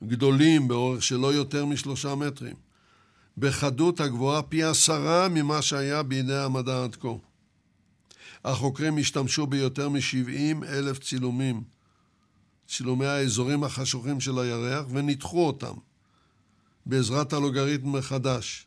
גדולים באורך שלא יותר משלושה מטרים, בחדות הגבוהה פי עשרה ממה שהיה בידי המדע עד כה. החוקרים השתמשו ביותר מ-שבעים אלף צילומים, צילומי האזורים החשוכים של הירח, וניתחו אותם בעזרת הלוגריתם מחדש.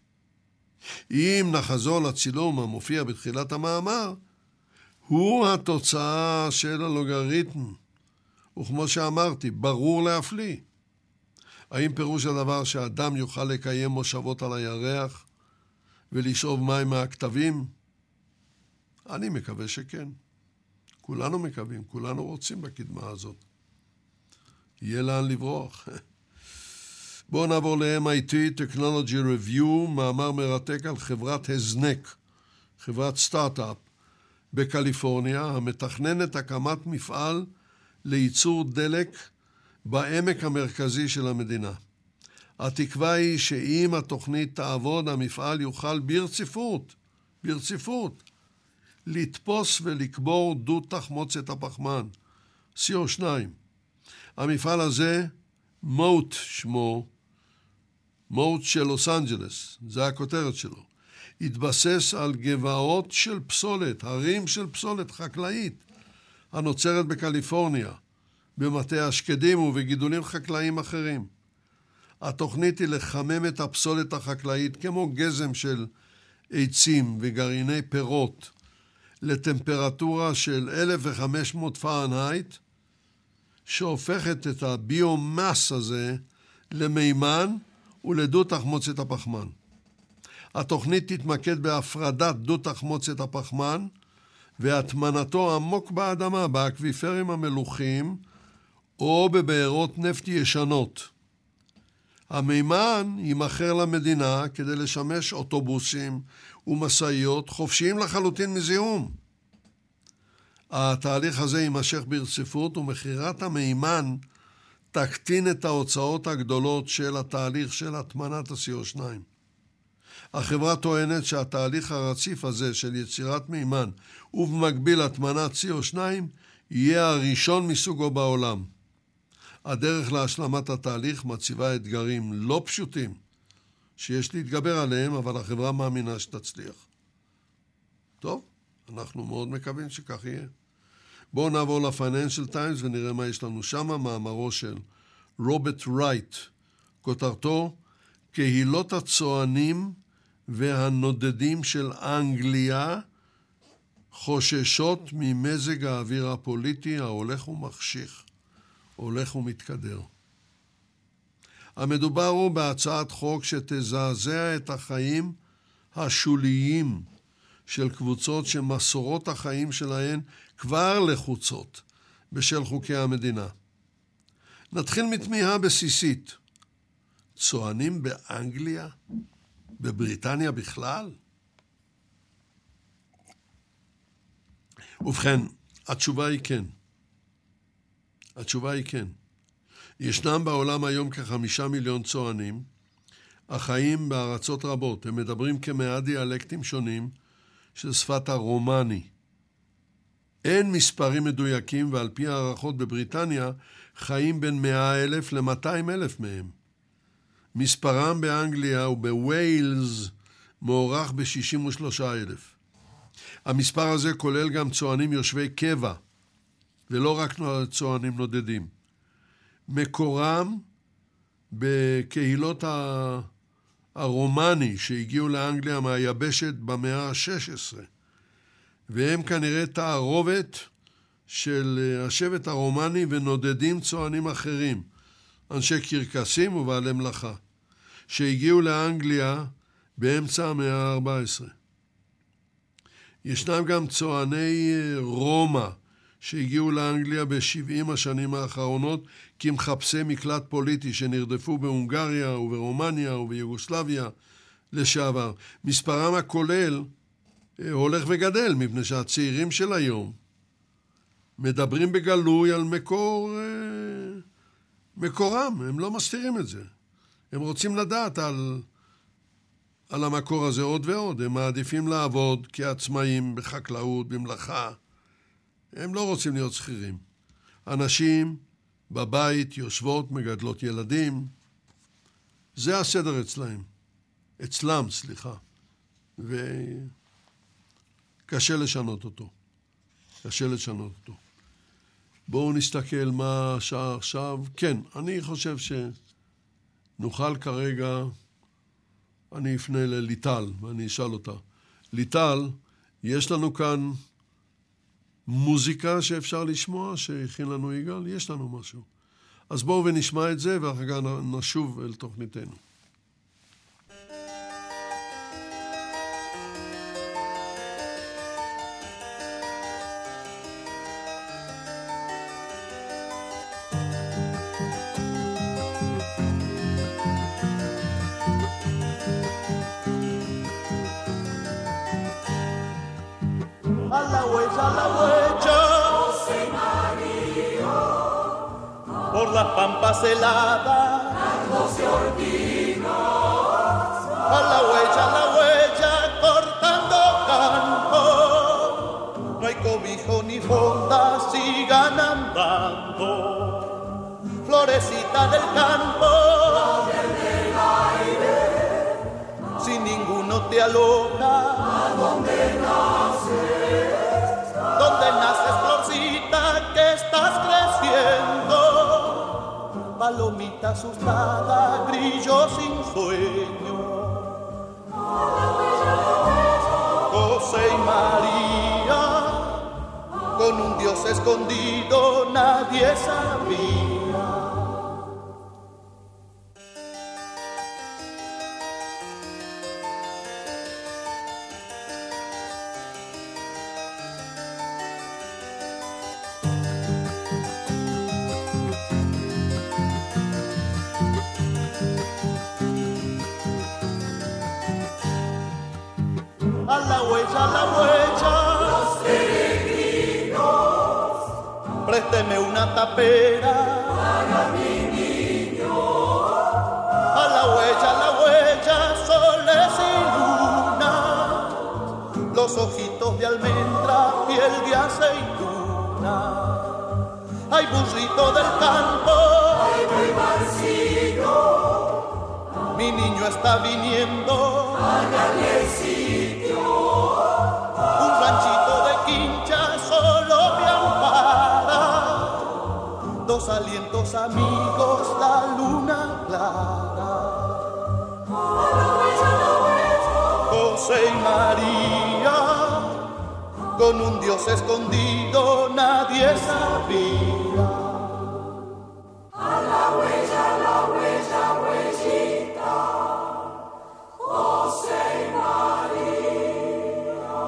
אם נחזור לצילום המופיע בתחילת המאמר, הוא התוצאה של הלוגריתם, וכמו שאמרתי, ברור להפליא. האם פירוש הדבר שאדם יוכל לקיים מושבות על הירח ולשאוב מים מהכתבים? אני מקווה שכן. כולנו מקווים, כולנו רוצים בקדמה הזאת. יהיה לאן לברוח. בואו נעבור ל-אם איי טי Technology Review, מאמר מרתק על חברת הזנק, חברת סטארט-אפ בקליפורניה, המתכננת הקמת מפעל לייצור דלק בעמק המרכזי של המדינה. התקווה היא שאם התוכנית תעבוד, המפעל יוכל ברציפות, ברציפות, לתפוס ולקבור דוד תחמוצת הפחמן, סי או שתיים. המפעל הזה, מוט שמו, מוט של לוס אנג'לס, זה הכותרת שלו, התבסס על גבעות של פסולת, הרים של פסולת חקלאית, הנוצרת בקליפורניה, במטה השקדים ובגידולים חקלאיים אחרים. התוכנית היא לחמם את הפסולת החקלאית כמו גזם של עצים וגרעיני פירות לטמפרטורה של אלף וחמש מאות פרנהייט, שהופכת את הביומס הזה למימן ולדוד תחמוצת הפחמן. התוכנית תתמקד בהפרדת דוד תחמוצת הפחמן והטמנתו עמוק באדמה, באקוויפרים המלוכים או בבארות נפט ישנות. המימן יימכר למדינה כדי לשמש אוטובוסים ומסעיות חופשיים לחלוטין מזיהום. התהליך הזה יימשך ברציפות, ומחירת המימן תקטין את ההוצאות הגדולות של התהליך של הטמנת ה-סי או שתיים. החברה טוענת שהתהליך הרציף הזה של יצירת מימן ובמקביל הטמנת סי או שתיים יהיה הראשון מסוגו בעולם. הדרך להשלמת התהליך מציבה אתגרים לא פשוטים שיש להתגבר עליהם, אבל החברה מאמינה שתצליח. טוב, אנחנו מאוד מקווים שכך יהיה. בואו נעבור ל-Financial Times ונראה מה יש לנו שם. מאמרו של רוברט רייט, כותרתו קהילות הצוענים והנודדים של אנגליה חוששות ממזג האוויר הפוליטי ההולך ומחשיך, הולך ומתקדר. המדובר הוא בהצעת חוק שתזעזע את החיים השוליים של קבוצות שמסורות החיים שלהן כבר לחוצות בשל חוקי המדינה. נתחיל מתמיהה בסיסית. צוענים באנגליה? בבריטניה בכלל? ובכן, התשובה היא כן. התשובה היא כן. ישנם בעולם היום כחמישה מיליון צוענים, החיים בארצות רבות. הם מדברים כמאה דיאלקטים שונים של שפת הרומני. אין מספרים מדויקים, ועל פי הערכות בבריטניה חיים בין מאה אלף ל-מאתיים אלף מהם. מספרם באנגליה ובווילס מוערך ב-שישים ושלושה אלף. המספר הזה כולל גם צוענים יושבי קבע, ולא רק צוענים נודדים. מקורם בקהילות הרומני שהגיעו לאנגליה מהיבשת במאה ה-שש עשרה, והם כנראה תערובת של השבט הרומני ונודדים צוענים אחרים, אנשי קרקסים ובעלי מלאכה, שהגיעו לאנגליה באמצע המאה ה-ארבע עשרה. ישנם גם צועני רומא שהגיעו לאנגליה ב-שבעים השנים האחרונות כמחפשי מקלט פוליטי שנרדפו בהונגריה וברומניה וביוגוסלביה לשעבר. מספרם הכולל הולך וגדל, מפני שהצעירים של היום מדברים בגלוי על מקור, מקורם, הם לא מסתירים את זה. הם רוצים לדעת על, על המקור הזה עוד ועוד. הם מעדיפים לעבוד כעצמאים בחקלאות, במלאכה. הם לא רוצים להיות שכירים. אנשים בבית, יושבות, מגדלות ילדים. זה הסדר אצלהם. אצלם, סליחה. וקשה לשנות אותו. קשה לשנות אותו. בואו נסתכל מה השעה עכשיו. כן, אני חושב שנוכל כרגע, אני אפנה לליטל ואני אשאל אותה. ליטל, יש לנו כאן מוזיקה שאפשר לשמוע, שהכין לנו יגאל? יש לנו משהו. אז בואו ונשמע את זה, ואחר כך נשוב אל תוכניתנו. Las pampas heladas, Carlos y Ortinos, a la huella, a la huella, cortando campo. No hay cobijo ni fonda, sigan andando. Florecita del campo, flor del aire, si ninguno te aloja, ¿a dónde naces? ¿Dónde naces, florcita, que estás creciendo? Palomita asustada, grillo sin sueño. José y María, con un Dios escondido nadie sabía. A la huella, a la huella, los peregrinos, présteme una tapera para mi niño. A la huella, a la huella, soles y luna, los ojitos de almendra, piel de aceituna. Ay, burrito del campo, Ay, voy Marcillo, mi niño está viniendo. hágale el sitio. Un ranchito de quincha solo me ampara, dos alientos amigos, la luna clara. José y María, con un Dios escondido nadie sabía. A la huella, a la huella, huellita, José y María.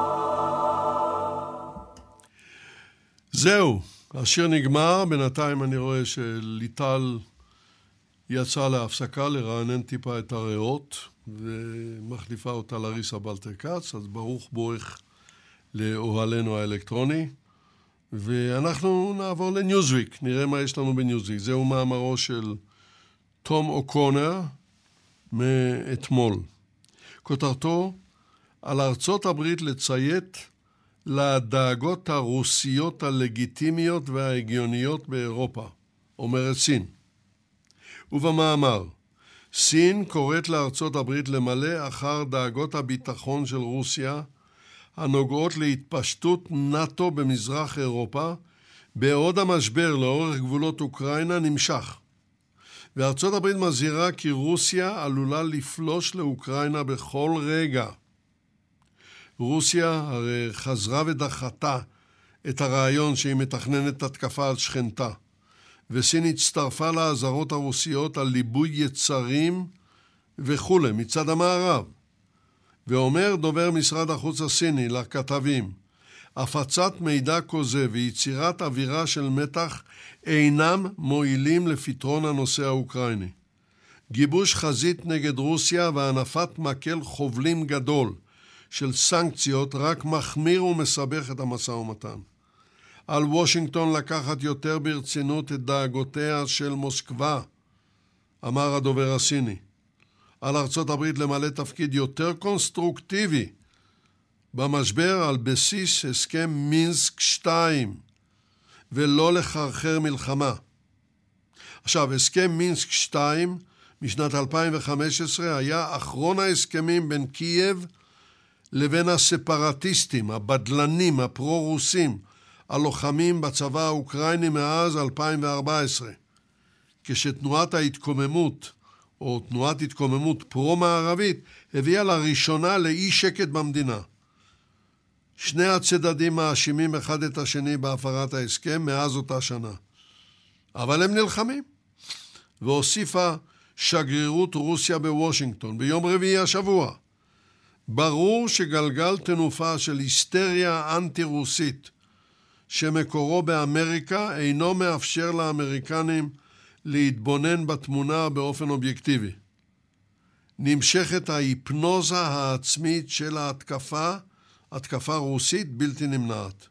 זהו, השיר נגמר. בינתיים אני רואה שליטל יצאה להפסקה לרענן טיפה את הריאות ומחליפה אותה לריסה בלטר-כץ, אז ברוך בורך לאוהלנו האלקטרוני. ואנחנו נעבור לניוזוויק, נראה מה יש לנו בניוזוויק. זהו מאמרו של תום אוקונר מאתמול. כותרתו, על ארצות הברית לציית לדאגות הרוסיות הלגיטימיות וההגיוניות באירופה, אומרת סין. ובמאמר, סין קוראת לארצות הברית למלא אחר דאגות הביטחון של רוסיה, הנוגעות להתפשטות נאטו במזרח אירופה, בעוד המשבר לאורך גבולות אוקראינה נמשך. וארצות הברית מזהירה כי רוסיה עלולה לפלוש לאוקראינה בכל רגע. רוסיה הרי חזרה ודחתה את הרעיון שהיא מתכננת התקפה על שכנתה, וסין הצטרפה להזהרות הרוסיות על ליבוי יצרים וכו' מצד המערב. ואומר דובר משרד החוץ הסיני לכתבים, הפצת מידע כוזב ויצירת אווירה של מתח אינם מועילים לפתרון הנושא האוקראיני. גיבוש חזית נגד רוסיה והנפת מקל חובלים גדול של סנקציות רק מחמיר ומסבך את המשא ומתן. על וושינגטון לקחת יותר ברצינות את דאגותיה של מוסקבה, אמר הדובר הסיני. על ארצות הברית למלא תפקיד יותר קונסטרוקטיבי במשבר על בסיס הסכם מינסק שתיים, ולא לחרחר מלחמה. עכשיו, הסכם מינסק שתיים משנת אלפיים וחמש עשרה היה אחרון ההסכמים בין קייב לבין הספרטיסטים, הבדלנים, הפרו-רוסים, הלוחמים בצבא האוקראיני מאז אלפיים וארבע עשרה. כשתנועת ההתקוממות, או תנועת התקוממות פרו-מערבית, הביאה לראשונה לאי שקט במדינה. שני הצדדים מאשימים אחד את השני בהפרת ההסכם מאז אותה שנה. אבל הם נלחמים. והוסיפה שגרירות רוסיה בוושינגטון ביום רביעי השבוע. ברור שגלגל תנופה של היסטריה אנטי-רוסית, שמקורו באמריקה, אינו מאפשר לאמריקנים להתבונן בתמונה באופן אובייקטיבי. נמשכת ההיפנוזה העצמית של ההתקפה, התקפה רוסית בלתי נמנעת.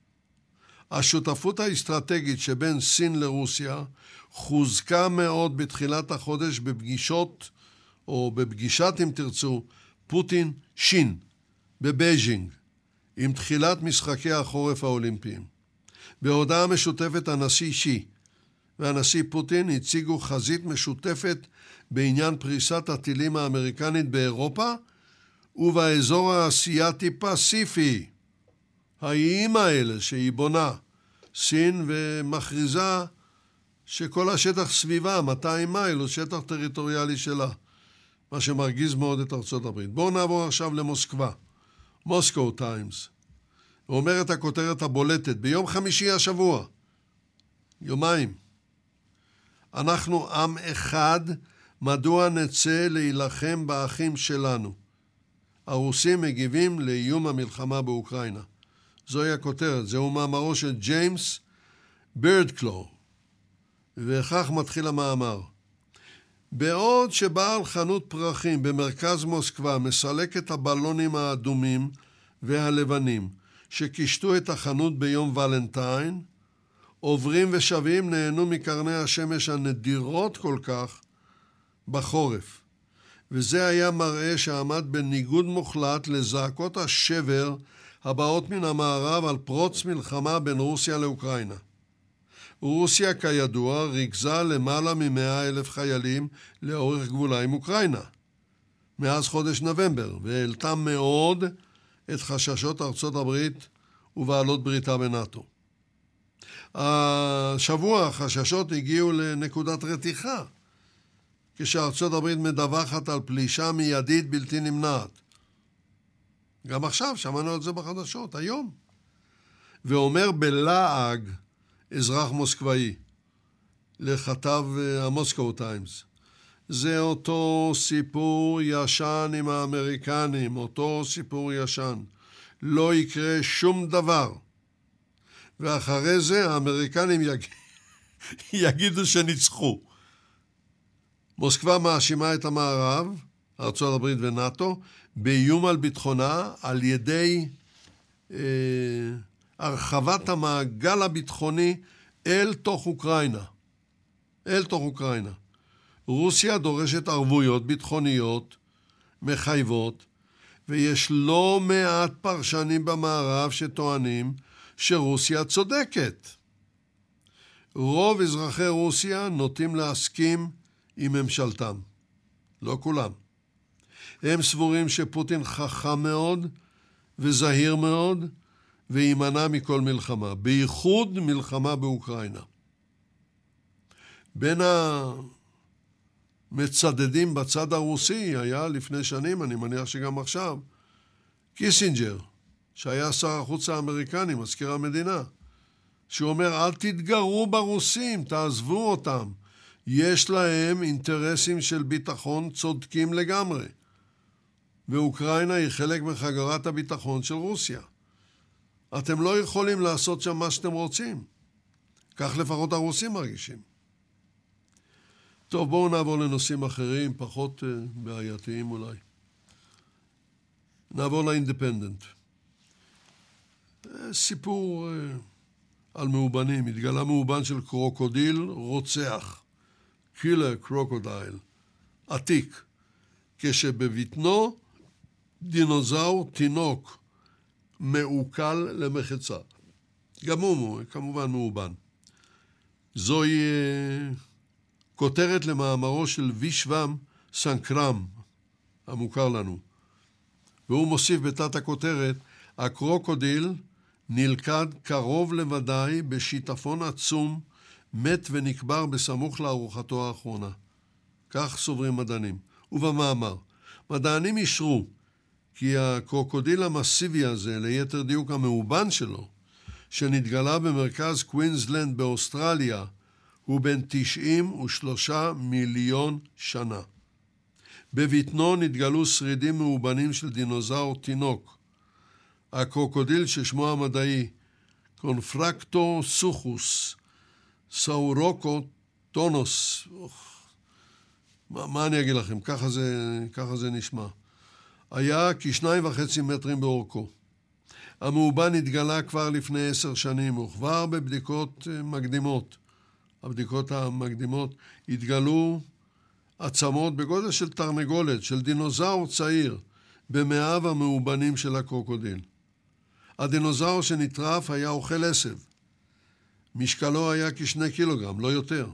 השותפות האסטרטגית שבין סין לרוסיה חוזקה מאוד בתחילת החודש בפגישות, או בפגישת אם תרצו, פוטין שין בבייג'ינג, עם תחילת משחקי החורף האולימפיים. בהודעה משותפת הנשיא שי והנשיא פוטין הציגו חזית משותפת בעניין פריסת הטילים האמריקנית באירופה ובאזור האסייתי פסיפי. האיים האלה שהיא בונה, סין, ומכריזה שכל השטח סביבה, מאתיים מייל, הוא שטח טריטוריאלי שלה, מה שמרגיז מאוד את ארצות הברית. בואו נעבור עכשיו למוסקבה, מוסקו טיימס. ואומרת הכותרת הבולטת, ביום חמישי השבוע, יומיים, אנחנו עם אחד, מדוע נצא להילחם באחים שלנו? הרוסים מגיבים לאיום המלחמה באוקראינה. זוהי הכותרת, זהו מאמרו של ג'יימס בירדקלו, וכך מתחיל המאמר. בעוד שבעל חנות פרחים במרכז מוסקבה מסלק את הבלונים האדומים והלבנים שקישטו את החנות ביום ולנטיין, עוברים ושבים נהנו מקרני השמש הנדירות כל כך בחורף. וזה היה מראה שעמד בניגוד מוחלט לזעקות השבר הבאות מן המערב על פרוץ מלחמה בין רוסיה לאוקראינה. רוסיה כידוע ריכזה למעלה ממאה אלף חיילים לאורך גבולה עם אוקראינה מאז חודש נובמבר, והעלתה מאוד את חששות ארצות הברית ובעלות בריתה בנאטו. השבוע החששות הגיעו לנקודת רתיחה, כשארצות הברית מדווחת על פלישה מיידית בלתי נמנעת. גם עכשיו שמענו את זה בחדשות, היום. ואומר בלעג אזרח מוסקבאי לכתב המוסקו טיימס, זה אותו סיפור ישן עם האמריקנים, אותו סיפור ישן. לא יקרה שום דבר. ואחרי זה האמריקנים יג... יגידו שניצחו. מוסקבה מאשימה את המערב, ארצות הברית ונאטו, באיום על ביטחונה על ידי אה, הרחבת המעגל הביטחוני אל תוך אוקראינה. אל תוך אוקראינה. רוסיה דורשת ערבויות ביטחוניות מחייבות, ויש לא מעט פרשנים במערב שטוענים שרוסיה צודקת. רוב אזרחי רוסיה נוטים להסכים עם ממשלתם. לא כולם. הם סבורים שפוטין חכם מאוד וזהיר מאוד וימנע מכל מלחמה, בייחוד מלחמה באוקראינה. בין המצדדים בצד הרוסי היה לפני שנים, אני מניח שגם עכשיו, קיסינג'ר, שהיה שר החוץ האמריקני, מזכיר המדינה, שהוא אומר, אל תתגרו ברוסים, תעזבו אותם. יש להם אינטרסים של ביטחון צודקים לגמרי. ואוקראינה היא חלק מחגרת הביטחון של רוסיה. אתם לא יכולים לעשות שם מה שאתם רוצים. כך לפחות הרוסים מרגישים. טוב, בואו נעבור לנושאים אחרים, פחות uh, בעייתיים אולי. נעבור לאינדפנדנט. סיפור uh, על מאובנים. התגלה מאובן של קרוקודיל רוצח. קילר קרוקודייל. עתיק. כשבבטנו דינוזאור תינוק מעוקל למחצה. גם הוא כמובן מאובן. זוהי כותרת למאמרו של וישוואם סנקרם, המוכר לנו. והוא מוסיף בתת הכותרת, הקרוקודיל נלכד קרוב לוודאי בשיטפון עצום, מת ונקבר בסמוך לארוחתו האחרונה. כך סוברים מדענים. ובמאמר, מדענים אישרו כי הקרוקודיל המסיבי הזה, ליתר דיוק המאובן שלו, שנתגלה במרכז קווינסלנד באוסטרליה, הוא בן תשעים ושלושה מיליון שנה. בבטנו נתגלו שרידים מאובנים של דינוזאור תינוק. הקרוקודיל ששמו המדעי קונפרקטו סוכוס, סאורוקו טונוס. מה, מה אני אגיד לכם? ככה זה, ככה זה נשמע. היה כשניים וחצי מטרים באורכו. המאובן התגלה כבר לפני עשר שנים, וכבר בבדיקות מקדימות. הבדיקות המקדימות התגלו עצמות בגודל של תרנגולת, של דינוזאור צעיר, במאיו המאובנים של הקרוקודיל. הדינוזאור שנטרף היה אוכל עשב. משקלו היה כשני קילוגרם, לא יותר.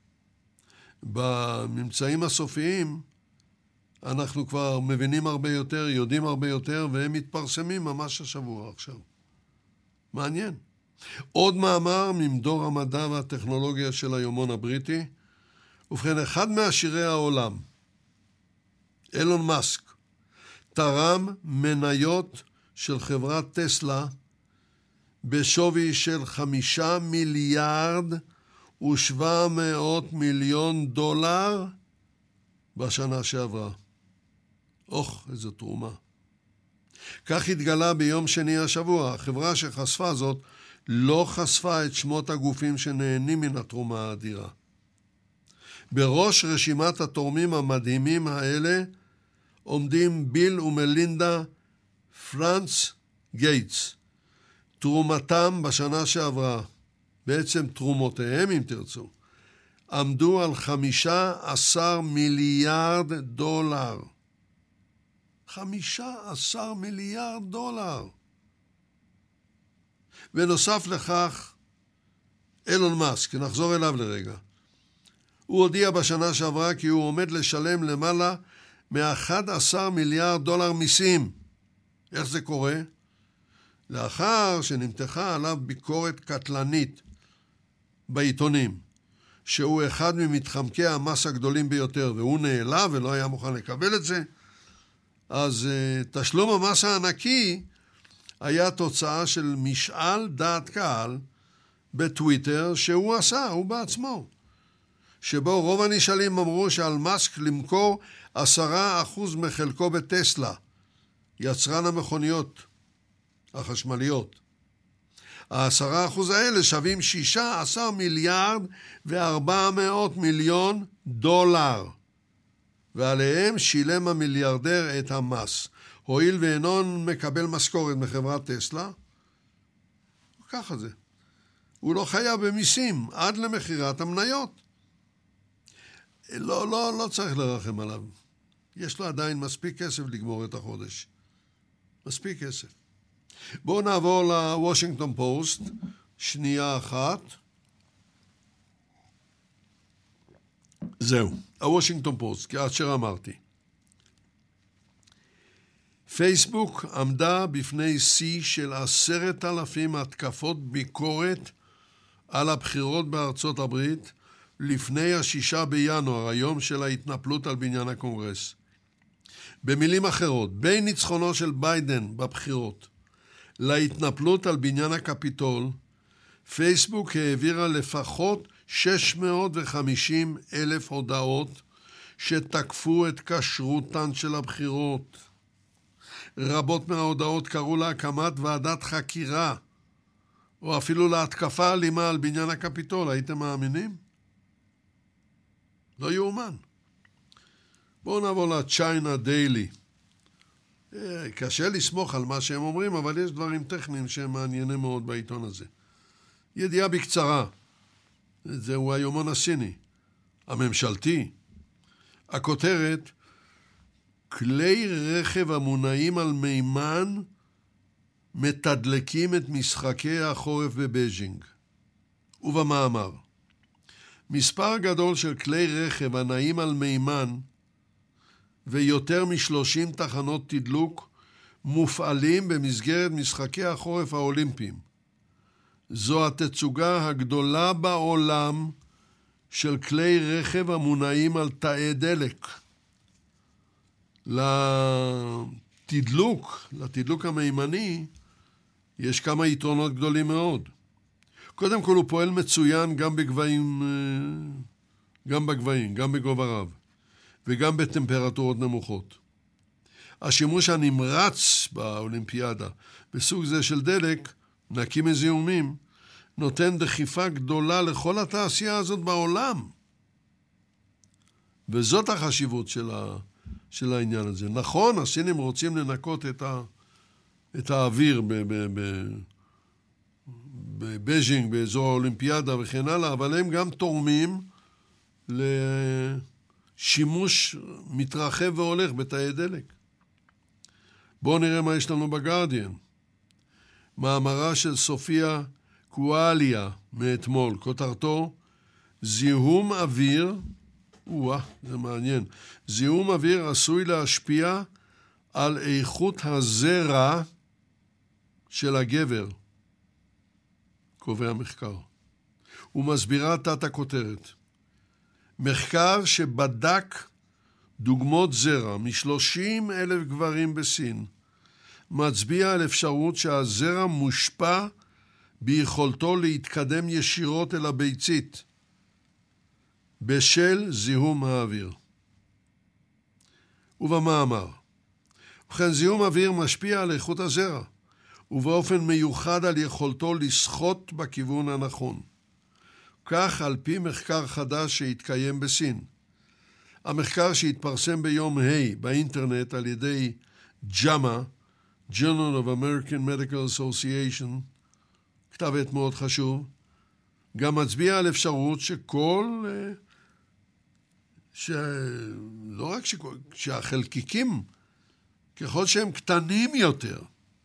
בממצאים הסופיים אנחנו כבר מבינים הרבה יותר, יודעים הרבה יותר, והם מתפרסמים ממש השבוע עכשיו. מעניין. עוד מאמר ממדור המדע והטכנולוגיה של היומון הבריטי, ובכן, אחד מעשירי העולם, אילון מאסק, תרם מניות של חברת טסלה בשווי של חמישה מיליארד ושבע מאות מיליון דולר בשנה שעברה. אוח, איזו תרומה. כך התגלה ביום שני השבוע. החברה שחשפה זאת לא חשפה את שמות הגופים שנהנים מן התרומה האדירה. בראש רשימת התורמים המדהימים האלה עומדים ביל ומלינדה פרנץ גייטס. תרומתם בשנה שעברה, בעצם תרומותיהם אם תרצו, עמדו על חמישה עשר מיליארד דולר. חמישה עשר מיליארד דולר. ונוסף לכך, אילון מאסק, נחזור אליו לרגע. הוא הודיע בשנה שעברה כי הוא עומד לשלם למעלה מ-אחד עשר מיליארד דולר מיסים. איך זה קורה? לאחר שנמתחה עליו ביקורת קטלנית בעיתונים, שהוא אחד ממתחמקי המס הגדולים ביותר, והוא נעלב ולא היה מוכן לקבל את זה, אז uh, תשלום המס הענקי היה תוצאה של משאל דעת קהל בטוויטר שהוא עשה, הוא בעצמו, שבו רוב הנשאלים אמרו שעל מאסק למכור עשרה אחוז מחלקו בטסלה, יצרן המכוניות החשמליות. העשרה אחוז האלה שווים שישה עשר מיליארד וארבע מאות מיליון דולר, ועליהם שילם המיליארדר את המס. הואיל ואינון מקבל משכורת מחברת טסלה, ככה זה. הוא לא חייב במיסים עד למחירת המניות. לא, לא, לא צריך לרחם עליו. יש לו עדיין מספיק כסף לגמור את החודש. מספיק כסף. בואו נעבור לוושינגטון פוסט, שנייה אחת. זהו, הוושינגטון פוסט, כאשר אמרתי. פייסבוק עמדה בפני שיא של עשרת אלפים התקפות ביקורת על הבחירות בארצות הברית לפני השישה בינואר, היום של ההתנפלות על בניין הקונגרס. במילים אחרות, בין ניצחונו של ביידן בבחירות להתנפלות על בניין הקפיטול, פייסבוק העבירה לפחות שש מאות וחמישים אלף הודעות שתקפו את כשרותן של הבחירות. רבות מההודעות קראו להקמת ועדת חקירה, או אפילו להתקפה אלימה על בניין הקפיטול. הייתם מאמינים? לא יאומן. בואו נעבור לצ'יינה דיילי. קשה לסמוך על מה שהם אומרים, אבל יש דברים טכניים שהם מעניינים מאוד בעיתון הזה. ידיעה בקצרה. זהו היומון הסיני, הממשלתי. הכותרת, כלי רכב המונעים על מימן מתדלקים את משחקי החורף בבייג'ינג. ובמאמר, מספר גדול של כלי רכב הנעים על מימן ויותר משלושים תחנות תדלוק מופעלים במסגרת משחקי החורף האולימפיים. זו התצוגה הגדולה בעולם של כלי רכב המונעים על תאי דלק. לתדלוק, לתדלוק המימני, יש כמה יתרונות גדולים מאוד. קודם כל הוא פועל מצוין גם בגבהים, גם בגבהים, גם בגובה רב, וגם בטמפרטורות נמוכות. השימוש הנמרץ באולימפיאדה בסוג זה של דלק, נקי מזיהומים, נותן דחיפה גדולה לכל התעשייה הזאת בעולם. וזאת החשיבות של, ה, של העניין הזה. נכון, הסינים רוצים לנקות את, ה, את האוויר ב, ב, ב, בבייג'ינג, באזור האולימפיאדה וכן הלאה, אבל הם גם תורמים לשימוש מתרחב והולך בתאי דלק. בואו נראה מה יש לנו בגרדיאן. מאמרה של סופיה קואליה מאתמול, כותרתו, זיהום אוויר, וואה, זה מעניין, זיהום אוויר עשוי להשפיע על איכות הזרע של הגבר, קובע מחקר. ומסבירה תת הכותרת. מחקר שבדק דוגמות זרע משלושים אלף גברים בסין, מצביע על אפשרות שהזרע מושפע ביכולתו להתקדם ישירות אל הביצית, בשל זיהום האוויר. ובמאמר, ובכן זיהום אוויר משפיע על איכות הזרע, ובאופן מיוחד על יכולתו לשחות בכיוון הנכון. כך על פי מחקר חדש שהתקיים בסין. המחקר שהתפרסם ביום ה' באינטרנט על ידי ג'אמה, Journal of American Medical Association, כתב עת מאוד חשוב, גם מצביע על אפשרות שכל, שלא רק שכל, שהחלקיקים, ככל שהם קטנים יותר,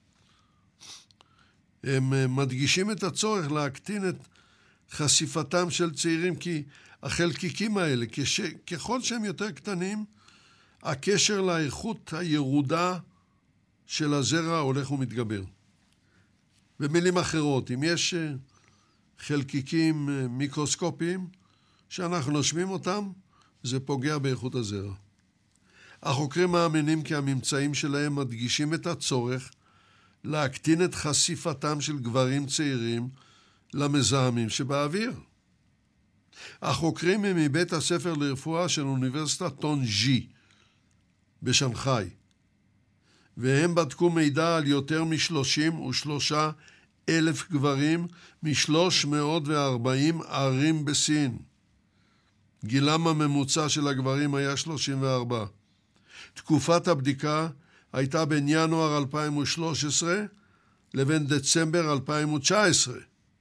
הם מדגישים את הצורך להקטין את חשיפתם של צעירים, כי החלקיקים האלה, כש, ככל שהם יותר קטנים, הקשר לאיכות הירודה של הזרע הולך ומתגבר. במילים אחרות, אם יש חלקיקים מיקרוסקופיים שאנחנו נושמים אותם, זה פוגע באיכות הזרע. החוקרים מאמינים כי הממצאים שלהם מדגישים את הצורך להקטין את חשיפתם של גברים צעירים למזהמים שבאוויר. החוקרים הם מבית הספר לרפואה של אוניברסיטת טונג'י בשנגחאי, והם בדקו מידע על יותר מ-שלושים ושלושה אלף גברים מ-שלוש מאות וארבעים ערים בסין. גילם הממוצע של הגברים היה שלושים וארבע. תקופת הבדיקה הייתה בין ינואר אלפיים ושלוש עשרה לבין דצמבר אלפיים תשע עשרה.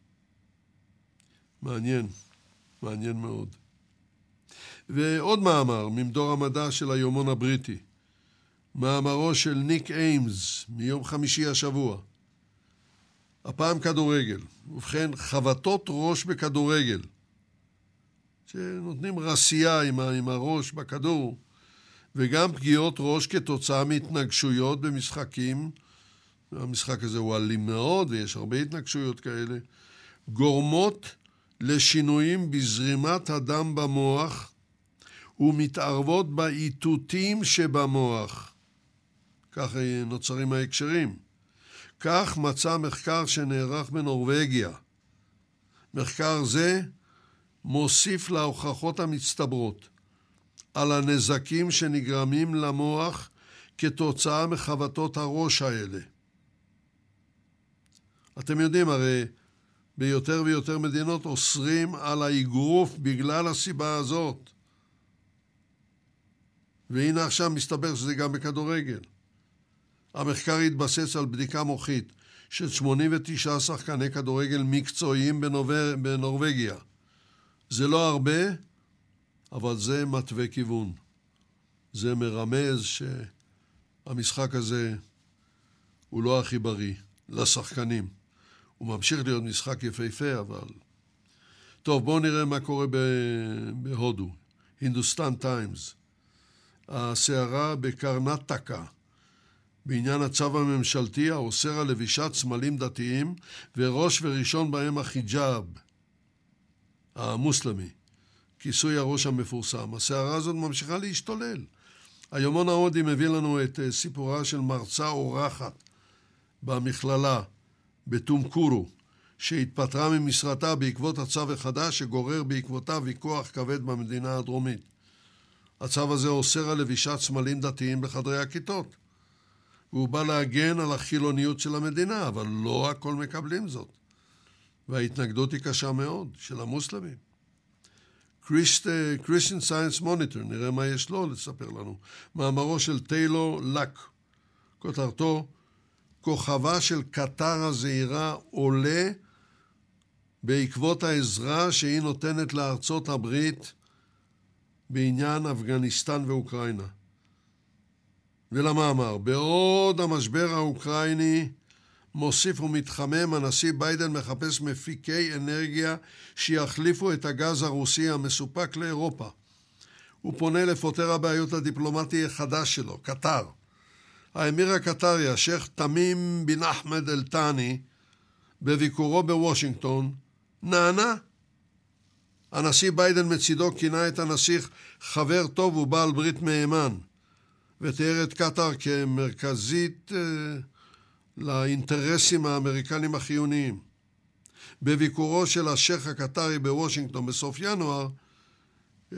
מעניין, מעניין מאוד. ועוד מאמר ממדור המדע של היומון הבריטי, מאמרו של ניק איימס מיום חמישי השבוע. הפעם כדורגל. ובכן, חבטות ראש בכדורגל, שנותנים רסייה עם, עם הראש בכדור, וגם פגיעות ראש כתוצאה מהתנגשויות במשחקים. המשחק הזה הוא אלים מאוד, ויש הרבה התנגשויות כאלה, גורמות לשינויים בזרימת הדם במוח, ומתערבות באיתותים שבמוח. כך נוצרים ההקשרים. כך מצא מחקר שנערך בנורווגיה. מחקר זה מוסיף להוכחות המצטברות על הנזקים שנגרמים למוח כתוצאה מחבטות הראש האלה. אתם יודעים, הרי ביותר ויותר מדינות אוסרים על האגרוף בגלל הסיבה הזאת. והנה עכשיו מסתבר שזה גם בכדורגל. המחקר התבסס על בדיקה מוחית של שמונים ותשעה שחקני כדורגל מקצועיים בנובר... בנורווגיה. זה לא הרבה, אבל זה מתווה כיוון. זה מרמז שהמשחק הזה הוא לא הכי בריא לשחקנים. הוא ממשיך להיות משחק יפהפה, אבל... טוב, בואו נראה מה קורה בהודו. הינדוסטן טיימס. הסערה בקרנטקה, בעניין הצו הממשלתי האוסר על לבישת סמלים דתיים, וראש וראשון בהם החיג'אב, המוסלמי, כיסוי הראש המפורסם. הסערה הזאת ממשיכה להשתולל. היומון ההודי מביא לנו את סיפורה של מרצה אורחת במכללה בטומקורו, שהתפטרה ממשרתה בעקבות הצו החדש שגורר בעקבותיו ויכוח כבד במדינה הדרומית. הצו הזה אוסר על לבישת סמלים דתיים בחדרי הכיתות. והוא בא להגן על החילוניות של המדינה, אבל לא הכל מקבלים זאת. וההתנגדות היא קשה מאוד, של המוסלמים. Christian Science Monitor, נראה מה יש לו לספר לנו. מאמרו של טיילור לק. כותרתו, כוכבה של קטר הזעירה עולה בעקבות העזרה שהיא נותנת לארצות הברית בעניין אפגניסטן ואוקראינה. ולמאמר, בעוד המשבר האוקראיני מוסיף ומתחמם, הנשיא ביידן מחפש מפיקי אנרגיה שיחליפו את הגז הרוסי המסופק לאירופה. הוא פונה לפותר הבעיות הדיפלומטי החדש שלו, קטר. האמיר הקטרי, השייח תמים בן אחמד אל-תאני, בביקורו בוושינגטון, נענה. הנשיא ביידן מצידו כינה את הנסיך חבר טוב ובעל ברית מהימן, ותיאר את קטר כמרכזית אה, לאינטרסים האמריקנים החיוניים. בביקורו של השייח הקטרי בוושינגטון בסוף ינואר, אה,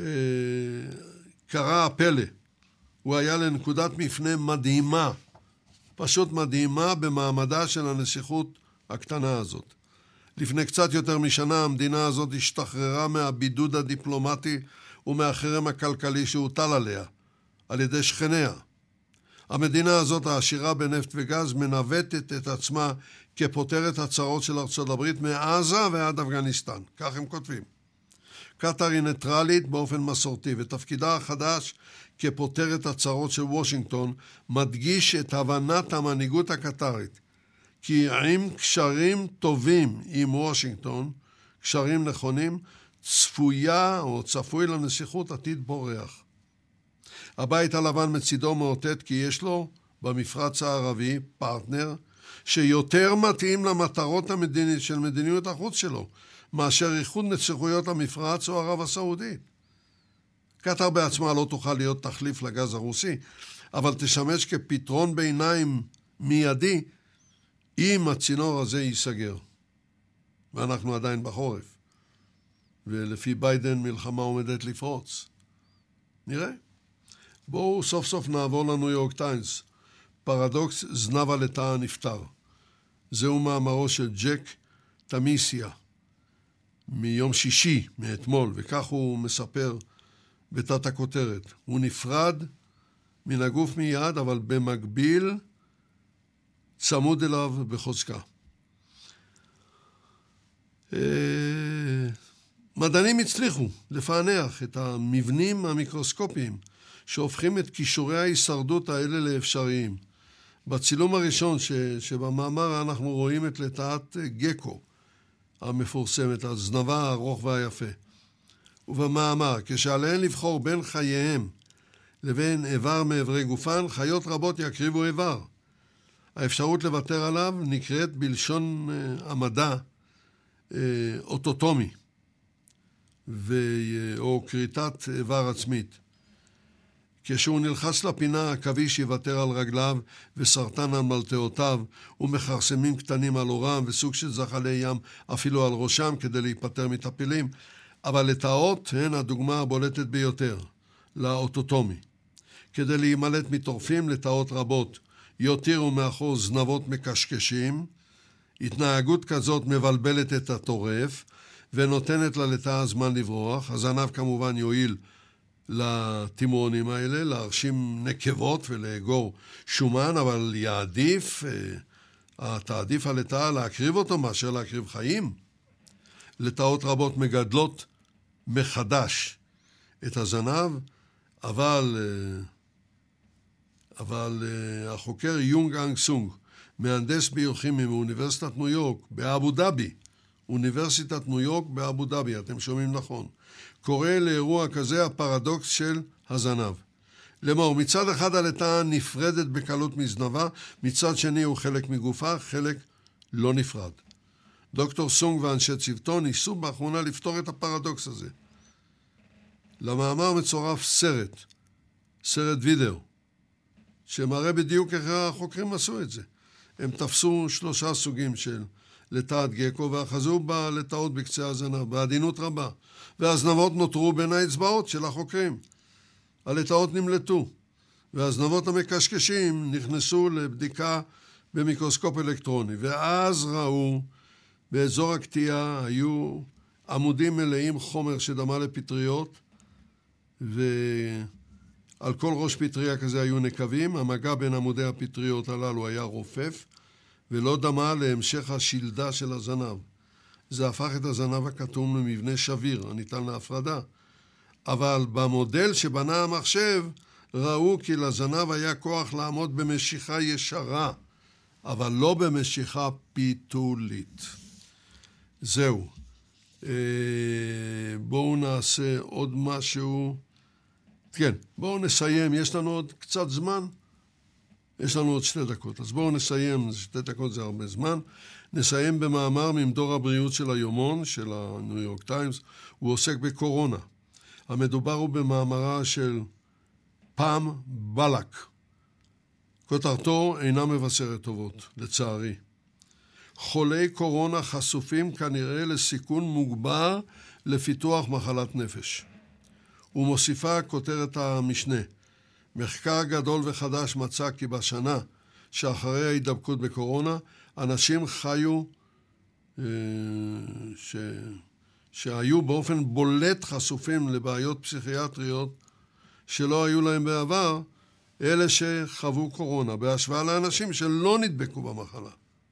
קרה הפלא. הוא היה לנקודת מפנה מדהימה, פשוט מדהימה במעמדה של הנסיכות הקטנה הזאת. לפני קצת יותר משנה המדינה הזאת השתחררה מהבידוד הדיפלומטי ומהחרם הכלכלי שהוטל עליה, על ידי שכניה. המדינה הזאת העשירה בנפט וגז מנווטת את עצמה כפותרת הצרות של ארצות הברית מעזה ועד אפגניסטן. כך הם כותבים. קטר היא ניטרלית באופן מסורתי, ותפקידה החדש כפותרת הצרות של וושינגטון מדגיש את הבנת המנהיגות הקטרית, כי עם קשרים טובים עם וושינגטון, קשרים נכונים, צפויה או צפוי לנסיכות עתיד פורח. הבית הלבן מצידו מאותת כי יש לו במפרץ הערבי פרטנר שיותר מתאים למטרות המדינית של מדיניות החוץ שלו, מאשר איחוד נסיכויות המפרץ או ערב הסעודית. קטר בעצמה לא תוכל להיות תחליף לגז הרוסי, אבל תשמש כפתרון ביניים מיידי אם הצינור הזה ייסגר. ואנחנו עדיין בחורף. ולפי ביידן מלחמה עומדת לפרוץ. נראה. בואו סוף סוף נעבור לניו יורק טיימס. פרדוקס זנב הלטאה נפטר. זהו מאמרו של ג'ק תמיסיה מיום שישי, מאתמול, וכך הוא מספר בתת הכותרת. הוא נפרד מן הגוף מיד, אבל במקביל צמוד אליו בחוזקה. מדענים הצליחו לפענח את המבנים המיקרוסקופיים שהופכים את כישורי ההישרדות האלה לאפשריים. בצילום הראשון ש, שבמאמר אנחנו רואים את לטאת גקו המפורסמת, הזנבה הארוך והיפה. ובמאמר, כשעליהן לבחור בין חייהם לבין איבר מאיברי גופן, חיות רבות יקריבו איבר. האפשרות לוותר עליו נקראת בלשון uh, המדע uh, אוטוטומי, ו, uh, או קריטת איבר עצמית. כשהוא נלחץ לפינה, הכביש יוותר על רגליו וסרטן על מלטאותיו, ומחרסמים קטנים על אורם וסוג של זחלי ים אפילו על ראשם כדי להיפטר מטפילים, אבל לטאות הן הדוגמה הבולטת ביותר, לאוטוטומי. כדי להימלט מטורפים, לטאות רבות יותירו מאחור זנבות מקשקשים, התנהגות כזאת מבלבלת את הטורף ונותנת ללטאה זמן לברוח. הזנב כמובן יועיל לתימונים האלה, להרשים נקבות ולאגור שומן, אבל יעדיף, תעדיף הלטאה להקריב אותו מאשר להקריב חיים. לטאות רבות מגדלות מחדש את הזנב, אבל, אבל החוקר יונג אנג סונג, מהנדס ביוכימי מאוניברסיטת ניו יורק, באבו דאבי, אוניברסיטת ניו יורק באבו דאבי, אתם שומעים נכון. קורא לאירוע כזה הפרדוקס של הזנב. לאמור, מצד אחד הלטה נפרדת בקלות מזנבה, מצד שני הוא חלק מגופה, חלק לא נפרד. דוקטור סונג ואנשי צוותו ניסו באחרונה לפתור את הפרדוקס הזה. למאמר מצורף סרט, סרט וידאו, שמראה בדיוק איך החוקרים עשו את זה. הם תפסו שלושה סוגים של לטאת גקו ואחזו בלטאות בקצה הזנב, בעדינות רבה, והזנבות נותרו בין האצבעות של החוקרים. הלטאות נמלטו, והזנבות המקשקשים נכנסו לבדיקה במיקרוסקופ אלקטרוני, ואז ראו באזור הקטיעה היו עמודים מלאים חומר שדמה לפטריות, ועל כל ראש פטריה כזה היו נקבים. המגע בין עמודי הפטריות הללו היה רופף, ולא דמה להמשך השלדה של הזנב. זה הפך את הזנב הכתום למבנה שביר, הניתן להפרדה. אבל במודל שבנה המחשב, ראו כי לזנב היה כוח לעמוד במשיכה ישרה, אבל לא במשיכה פיתולית. זהו. בואו נעשה עוד משהו. כן, בואו נסיים. יש לנו עוד קצת זמן. יש לנו עוד שתי דקות. אז בואו נסיים. שתי דקות זה הרבה זמן. נסיים במאמר ממדור הבריאות של היומון, של הניו יורק טיימס. הוא עוסק בקורונה. המדובר הוא במאמרה של פאם בלק. כותרתו אינה מבשרת טובות, לצערי. חולי קורונה חשופים כנראה לסיכון מוגבר לפיתוח מחלת נפש. ומוסיפה כותרת המשנה. מחקר גדול וחדש מצא כי בשנה שאחרי ההידבקות בקורונה, אנשים חיו אה, ש... שהיו באופן בולט חשופים לבעיות פסיכיאטריות שלא היו להם בעבר, אלה שחוו קורונה, בהשוואה לאנשים שלא נדבקו במחלה.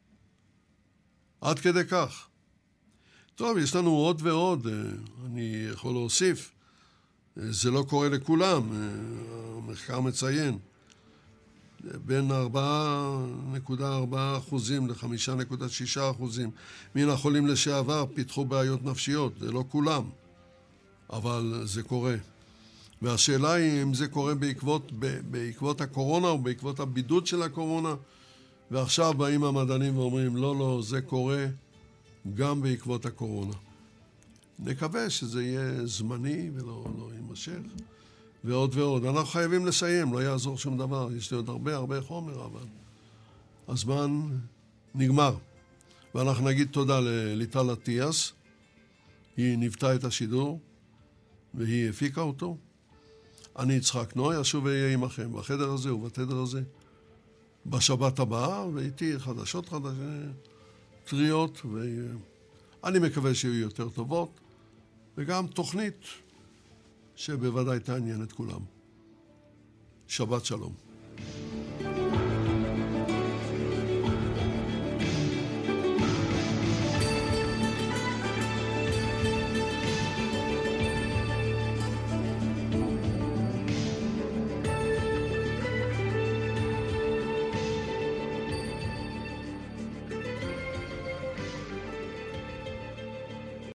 עד כדי כך. טוב, יש לנו עוד ועוד, אני יכול להוסיף. זה לא קורה לכולם, המחקר מציין. בין ארבע נקודה ארבע אחוזים ל-חמש נקודה שש אחוזים מן החולים לשעבר פיתחו בעיות נפשיות, זה לא כולם, אבל זה קורה. והשאלה היא אם זה קורה בעקבות, בעקבות הקורונה או בעקבות הבידוד של הקורונה, ועכשיו באים המדענים ואומרים לא, לא, זה קורה גם בעקבות הקורונה. נקווה שזה יהיה זמני ולא לא יימשך. ועוד ועוד. אנחנו חייבים לסיים, לא יעזור שום דבר. יש לי עוד הרבה הרבה חומר, אבל הזמן נגמר. ואנחנו נגיד תודה לליטל אטיאס. היא ניווטה את השידור, והיא הפיקה אותו. אני יצחק נוי, אשוב ואהיה עמכם בחדר הזה ובתדר הזה. בשבת הבאה, ואיתי חדשות חדשות, טריות, ואני מקווה שיהיו יותר טובות, וגם תוכנית שבוודאי תעניין את כולם. שבת שלום.